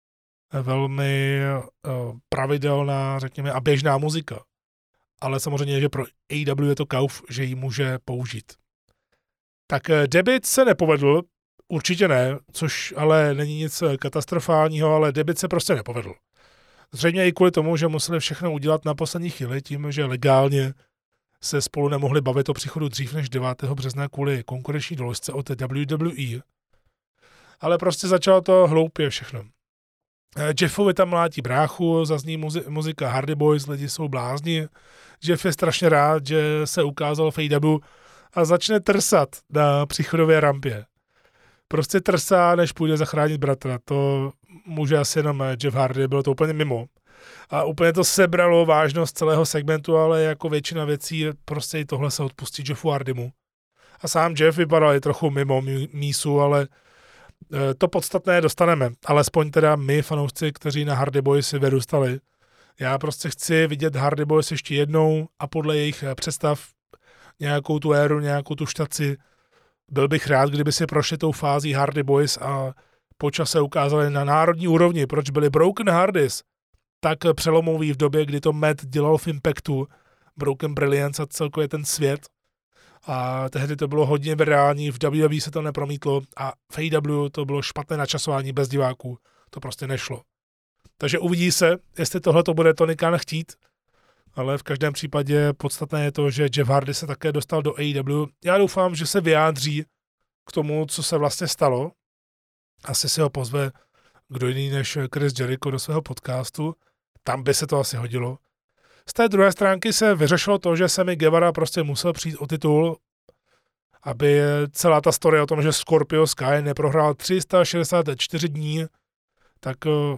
pravidelná, řekněme, a běžná muzika. Ale samozřejmě, že pro AEW je to kauf, že ji může použít. Tak debut se nepovedl, určitě ne, což ale není nic katastrofálního, ale debut se prostě nepovedl. Zřejmě i kvůli tomu, že museli všechno udělat na poslední chvíli, tím, že legálně se spolu nemohli bavit o příchodu dřív než 9. března kvůli konkurenční doložce od WWE. Ale prostě začalo to hloupě všechno. Jeffovi tam mlátí bráchu, zazní muzika Hardy Boys, lidi jsou blázni. Jeff je strašně rád, že se ukázal v AEW a začne trsat na příchodové rampě. Prostě trsá, než půjde zachránit bratra. To může asi jenom Jeff Hardy, bylo to úplně mimo. A úplně to sebralo vážnost celého segmentu, ale jako většina věcí prostě i tohle se odpustí Jeffu Hardymu. A sám Jeff vypadal i trochu mimo mísu, ale to podstatné dostaneme. Alespoň teda my, fanoušci, kteří na Hardy Boys si vyrůstali. Já prostě chci vidět Hardy Boys ještě jednou a podle jejich představ nějakou tu éru, nějakou tu štaci. Byl bych rád, kdyby si prošli tou fází Hardy Boys a po čase ukázali na národní úrovni, proč byli Broken Hardys tak přelomový v době, kdy to Matt dělal v Impactu, Broken Brilliance a celkově ten svět. A tehdy to bylo hodně virální, v WWE se to nepromítlo a v AEW to bylo špatné načasování bez diváků. To prostě nešlo. Takže uvidí se, jestli tohle to bude Tony Khan chtít, ale v každém případě podstatné je to, že Jeff Hardy se také dostal do AEW. Já doufám, že se vyjádří k tomu, co se vlastně stalo. Asi si ho pozve kdo jiný než Chris Jericho do svého podcastu. Tam by se to asi hodilo. Z té druhé stránky se vyřešilo to, že Sammy Guevara prostě musel přijít o titul, aby celá ta story o tom, že Scorpio Sky neprohrál 364 dní, tak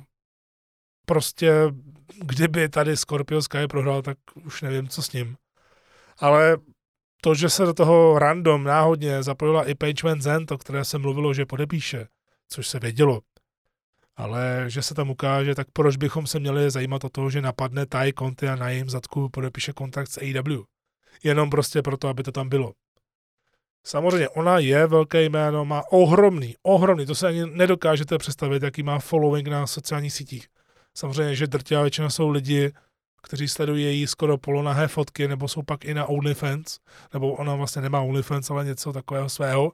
prostě kdyby tady Scorpio Sky prohrál, tak už nevím, co s ním. Ale to, že se do toho random náhodně zapojila i Paige VanZant, o které se mluvilo, že podepíše, což se vědělo, ale že se tam ukáže, tak proč bychom se měli zajímat o to, že napadne Ty Conti a na jejím zadku podepíše kontrakt s AEW. Jenom prostě proto, aby to tam bylo. Samozřejmě, ona je velké jméno, má ohromný, to se ani nedokážete představit, jaký má following na sociálních sítích. Samozřejmě, že drtivá většina jsou lidi, kteří sledují její skoro polonahé fotky, nebo jsou pak i na OnlyFans, nebo ona vlastně nemá OnlyFans, ale něco takového svého.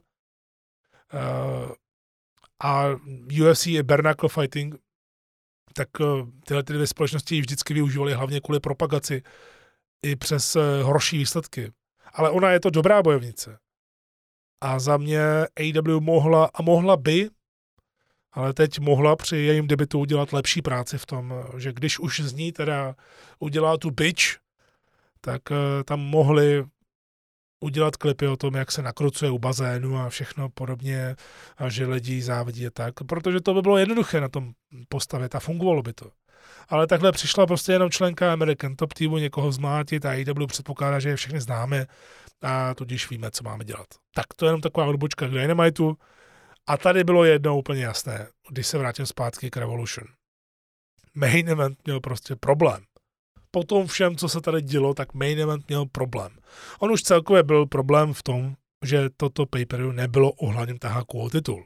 A UFC je bare knuckle fighting, tak tyhle dvě společnosti ji vždycky využívaly hlavně kvůli propagaci i přes horší výsledky. Ale ona je to dobrá bojovnice. A za mě AEW mohla by, ale teď mohla při jejím debutu udělat lepší práci v tom, že když už z ní teda udělá tu bitch, tak tam mohli udělat klipy o tom, jak se nakrucuje u bazénu a všechno podobně a že lidi závidí tak, protože to by bylo jednoduché na tom postavit a fungovalo by to. Ale takhle přišla prostě jenom členka American Top Teamu někoho zmlátit a AEW předpokládá, že je všechny známe a tudíž víme, co máme dělat. Tak to je jenom taková odbočka k Dynamitu. A tady bylo jedno úplně jasné, když se vrátím zpátky k Revolution. Main event měl prostě problém. Po tom všem, co se tady dělo, tak main event měl problém. On už celkově byl problém v tom, že toto pay-per-view nebylo ohledně taháku o titul.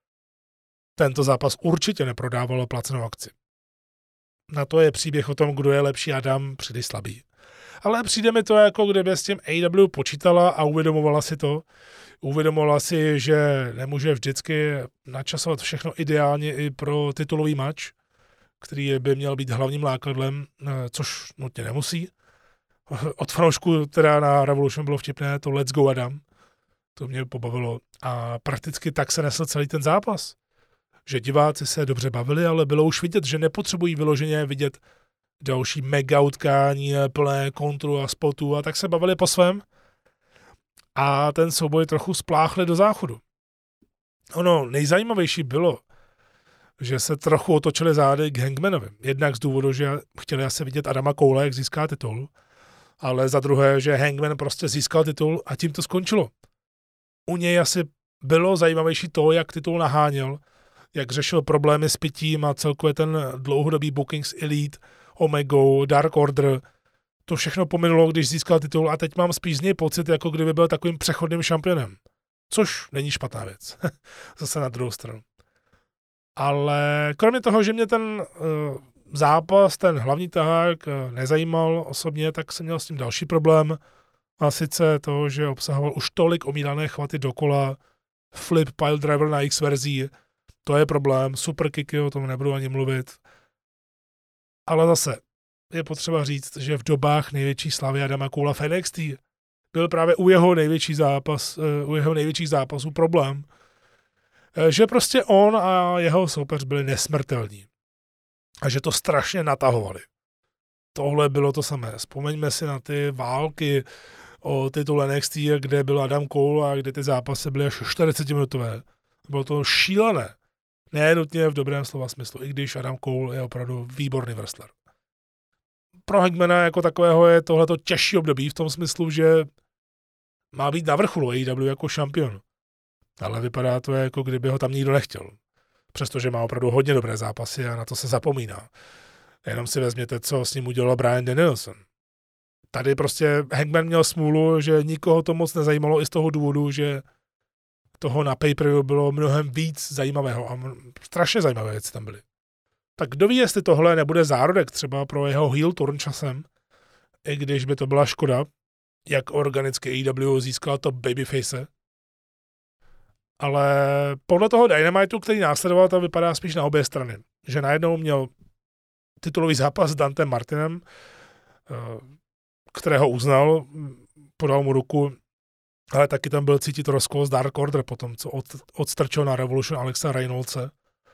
Tento zápas určitě neprodávalo placenou akci. Na to je příběh o tom, kdo je lepší Adam, příliš slabý. Ale přijde mi to, jako kdyby s tím AEW počítala a uvědomovala si to. Uvědomovala si, že nemůže vždycky načasovat všechno ideálně i pro titulový match, který by měl být hlavním lákadlem, což nutně nemusí. Od fanoušku teda na Revolution bylo vtipné to Let's Go Adam. To mě pobavilo. A prakticky tak se nesl celý ten zápas. Že diváci se dobře bavili, ale bylo už vidět, že nepotřebují vyloženě vidět další mega utkání, plné kontru a spotů a tak se bavili po svém. A ten souboj trochu spláchli do záchodu. Ono nejzajímavější bylo, že se trochu otočili zády k Hangmanovi. Jednak z důvodu, že chtěli asi vidět Adama Coulea, jak získá titul, ale za druhé, že Hangman prostě získal titul a tím to skončilo. U něj asi bylo zajímavější to, jak titul naháněl, jak řešil problémy s pitím a celkově ten dlouhodobý booking s Elite, Omega, Dark Order. To všechno pominulo, když získal titul a teď mám spíš z něj pocit, jako kdyby byl takovým přechodným šampionem. Což není špatná věc. Zase na druhou stranu. Ale kromě toho, že mě ten zápas, ten hlavní tahák nezajímal osobně, tak jsem měl s tím další problém. A sice to, že obsahoval už tolik omílané chvaty dokola, flip pile driver na X verzí. To je problém, super kicky, o tom nebudu ani mluvit. Ale zase je potřeba říct, že v dobách největší slávy Adama Coulea v NXT byl právě u jeho největších zápasů problém, že prostě on a jeho soupeř byli nesmrtelní. A že to strašně natahovali. Tohle bylo to samé. Vzpomeňme si na ty války o titul NXT, kde byl Adam Cole a kde ty zápasy byly až 40-minutové. Bylo to šílené. Ne nutně v dobrém slova smyslu, i když Adam Cole je opravdu výborný wrestler. Pro Hangmana jako takového je tohleto těžší období v tom smyslu, že má být na vrcholu AEW jako šampion. Ale vypadá to, jako kdyby ho tam nikdo nechtěl. Přestože má opravdu hodně dobré zápasy a na to se zapomíná. Jenom si vezměte, co s ním udělal Bryan Danielson. Tady prostě Hangman měl smůlu, že nikoho to moc nezajímalo i z toho důvodu, že toho na pay-per-view bylo mnohem víc zajímavého a strašně zajímavé věci tam byly. Tak kdo ví, jestli tohle nebude zárodek třeba pro jeho heel turn časem, i když by to byla škoda, jak organicky AEW získala to babyface. Ale podle toho Dynamitu, který následoval, to vypadá spíš na obě strany. Že najednou měl titulový zápas s Dantem Martinem, kterého uznal, podal mu ruku, ale taky tam byl cítit rozkol z Dark Order potom, co odstrčil na Revolution Alexa Reynoldse.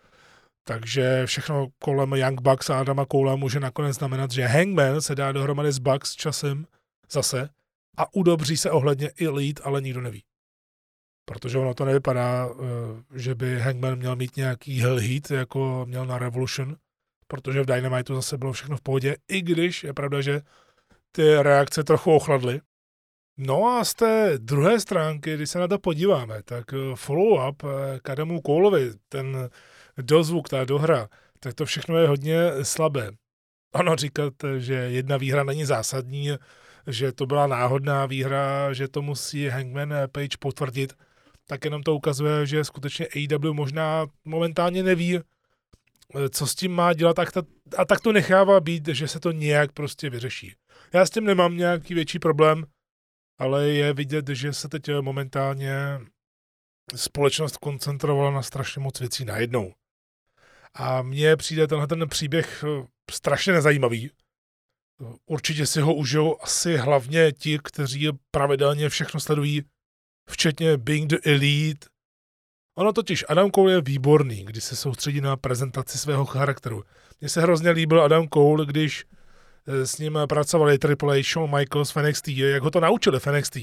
Takže všechno kolem Young Bucks a Adama Coulea může nakonec znamenat, že Hangman se dá dohromady s Bucks časem zase a udobří se ohledně i Elite, ale nikdo neví. Protože ono to nevypadá, že by Hangman měl mít nějaký heel heat, jako měl na Revolution, protože v Dynamitu zase bylo všechno v pohodě, i když je pravda, že ty reakce trochu ochladly. No a z té druhé stránky, když se na to podíváme, tak follow-up k Adamu Couleovi, ten dozvuk, ta dohra, tak to všechno je hodně slabé. Ono říkat, že jedna výhra není zásadní, že to byla náhodná výhra, že to musí Hangman Page potvrdit, tak jenom to ukazuje, že skutečně AEW možná momentálně neví, co s tím má dělat a tak to nechává být, že se to nějak prostě vyřeší. Já s tím nemám nějaký větší problém, ale je vidět, že se teď momentálně společnost koncentrovala na strašně moc věcí najednou. A mně přijde tenhle ten příběh strašně nezajímavý. Určitě si ho užijou asi hlavně ti, kteří pravidelně všechno sledují, včetně Being the Elite. Ono totiž, Adam Cole je výborný, když se soustředí na prezentaci svého charakteru. Mně se hrozně líbil Adam Cole, když s ním pracovali Triple H, Shawn Michaels v NXT, jak ho to naučili v NXT,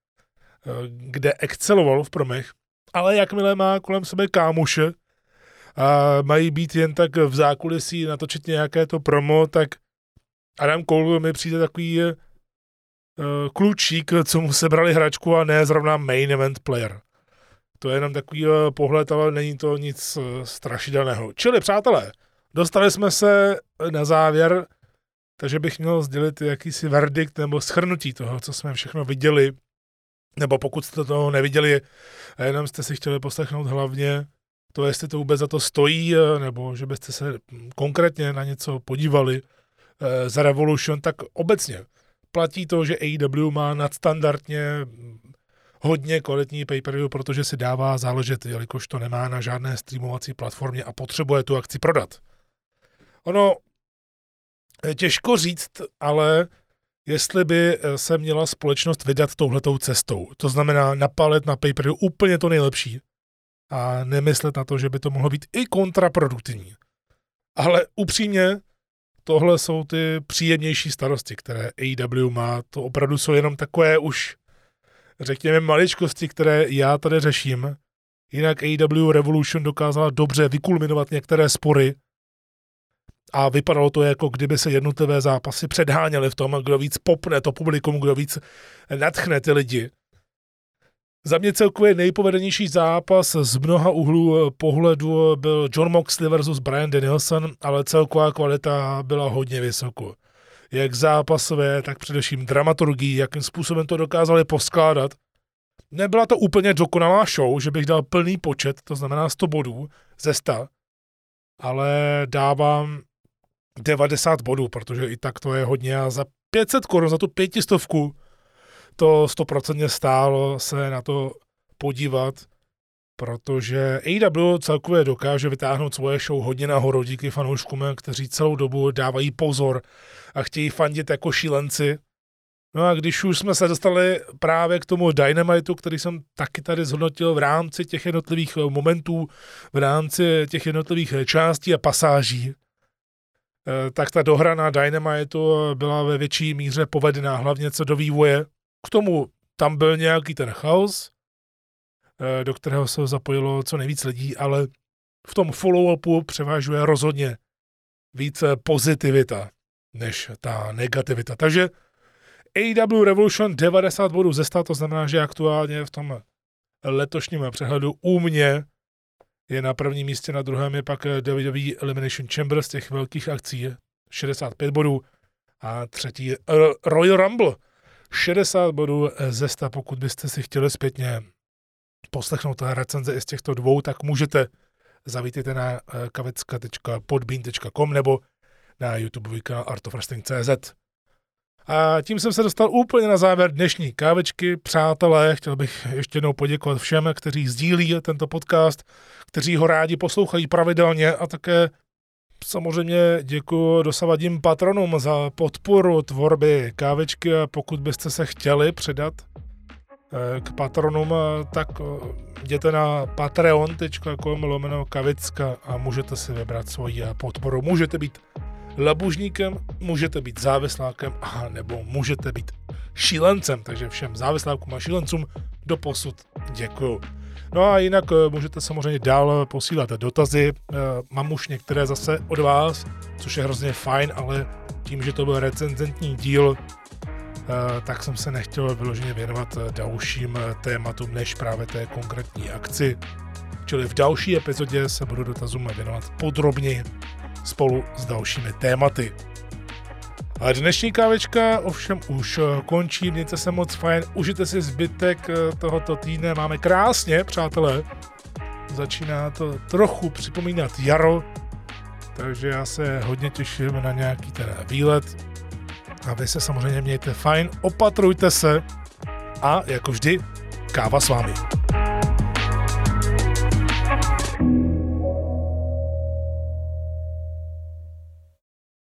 kde exceloval v promech, ale jakmile má kolem sebe kámoše a mají být jen tak v zákulisí natočit nějaké to promo, tak Adam Cole mi přijde takový klučík, co mu sebrali hračku a ne zrovna main event player. To je jenom takový pohled, ale není to nic strašidelného. Čili, přátelé, dostali jsme se na závěr, takže bych měl sdělit jakýsi verdikt nebo shrnutí toho, co jsme všechno viděli, nebo pokud jste toho neviděli a jenom jste si chtěli poslechnout hlavně to, jestli to vůbec za to stojí, nebo že byste se konkrétně na něco podívali za Revolution, tak obecně platí to, že AEW má nadstandardně hodně kvalitní pay-per-view, protože si dává záležet, jelikož to nemá na žádné streamovací platformě a potřebuje tu akci prodat. Ono těžko říct, ale jestli by se měla společnost vydat touhletou cestou, to znamená napálit na pay-per-view úplně to nejlepší a nemyslet na to, že by to mohlo být i kontraproduktivní. Ale upřímně, tohle jsou ty příjemnější starosti, které AEW má. To opravdu jsou jenom takové už, řekněme, maličkosti, které já tady řeším. Jinak AEW Revolution dokázala dobře vykulminovat některé spory a vypadalo to, jako kdyby se jednotlivé zápasy předháněly v tom, kdo víc popne to publikum, kdo víc nadchne ty lidi. Za mě celkově nejpovedenější zápas z mnoha úhlů pohledu byl Jon Moxley versus Bryan Danielson, ale celková kvalita byla hodně vysoko. Jak zápasové, tak především dramaturgii, jakým způsobem to dokázali poskládat. Nebyla to úplně dokonalá show, že bych dal plný počet, to znamená 100 bodů ze 100, ale dávám 90 bodů, protože i tak to je hodně a za 500 korun, za tu 500 to 100% stálo se na to podívat, protože AEW celkově dokáže vytáhnout svoje show hodně nahoru díky fanouškům, kteří celou dobu dávají pozor a chtějí fandit jako šílenci. No a když už jsme se dostali právě k tomu Dynamitu, který jsem taky tady zhodnotil v rámci těch jednotlivých momentů, v rámci těch jednotlivých částí a pasáží, tak ta dohra na Dynamitu byla ve větší míře povedená, hlavně co do vývoje. K tomu tam byl nějaký ten chaos, do kterého se zapojilo co nejvíc lidí, ale v tom follow-upu převážuje rozhodně více pozitivita než ta negativita. Takže AEW Revolution 90 bodů ze 100, to znamená, že aktuálně v tom letošním přehledu u mě je na prvním místě, na druhém je pak WWE Elimination Chamber z těch velkých akcí 65 bodů a třetí je Royal Rumble 60 bodů ze 100. Pokud byste si chtěli zpětně poslechnout recenze i z těchto dvou, tak můžete zavítejte na kavecka.podbean.com nebo na YouTubeový kanál artofwrestling.cz. A tím jsem se dostal úplně na závěr dnešní kávečky. Přátelé, chtěl bych ještě jednou poděkovat všem, kteří sdílí tento podcast, kteří ho rádi poslouchají pravidelně a také samozřejmě děkuji dosavadním patronům za podporu tvorby kávečky a pokud byste se chtěli přidat k patronům, tak jděte na patreon.com/kavecka a můžete si vybrat svoji podporu. Můžete být labužníkem, můžete být závislákem a nebo můžete být šílencem, takže všem závislákům a šílencům doposud děkuju. No a jinak můžete samozřejmě dál posílat dotazy, mám už některé zase od vás, což je hrozně fajn, ale tím, že to byl recenzentní díl, tak jsem se nechtěl vyloženě věnovat dalším tématům než právě té konkrétní akci. Čili v další epizodě se budu dotazům věnovat podrobněji spolu s dalšími tématy. A dnešní kávečka ovšem už končí, mějte se moc fajn, užijte si zbytek tohoto týdne, máme krásně, přátelé, začíná to trochu připomínat jaro, takže já se hodně těším na nějaký ten výlet a vy se samozřejmě mějte fajn, opatrujte se a jako vždy, káva s vámi.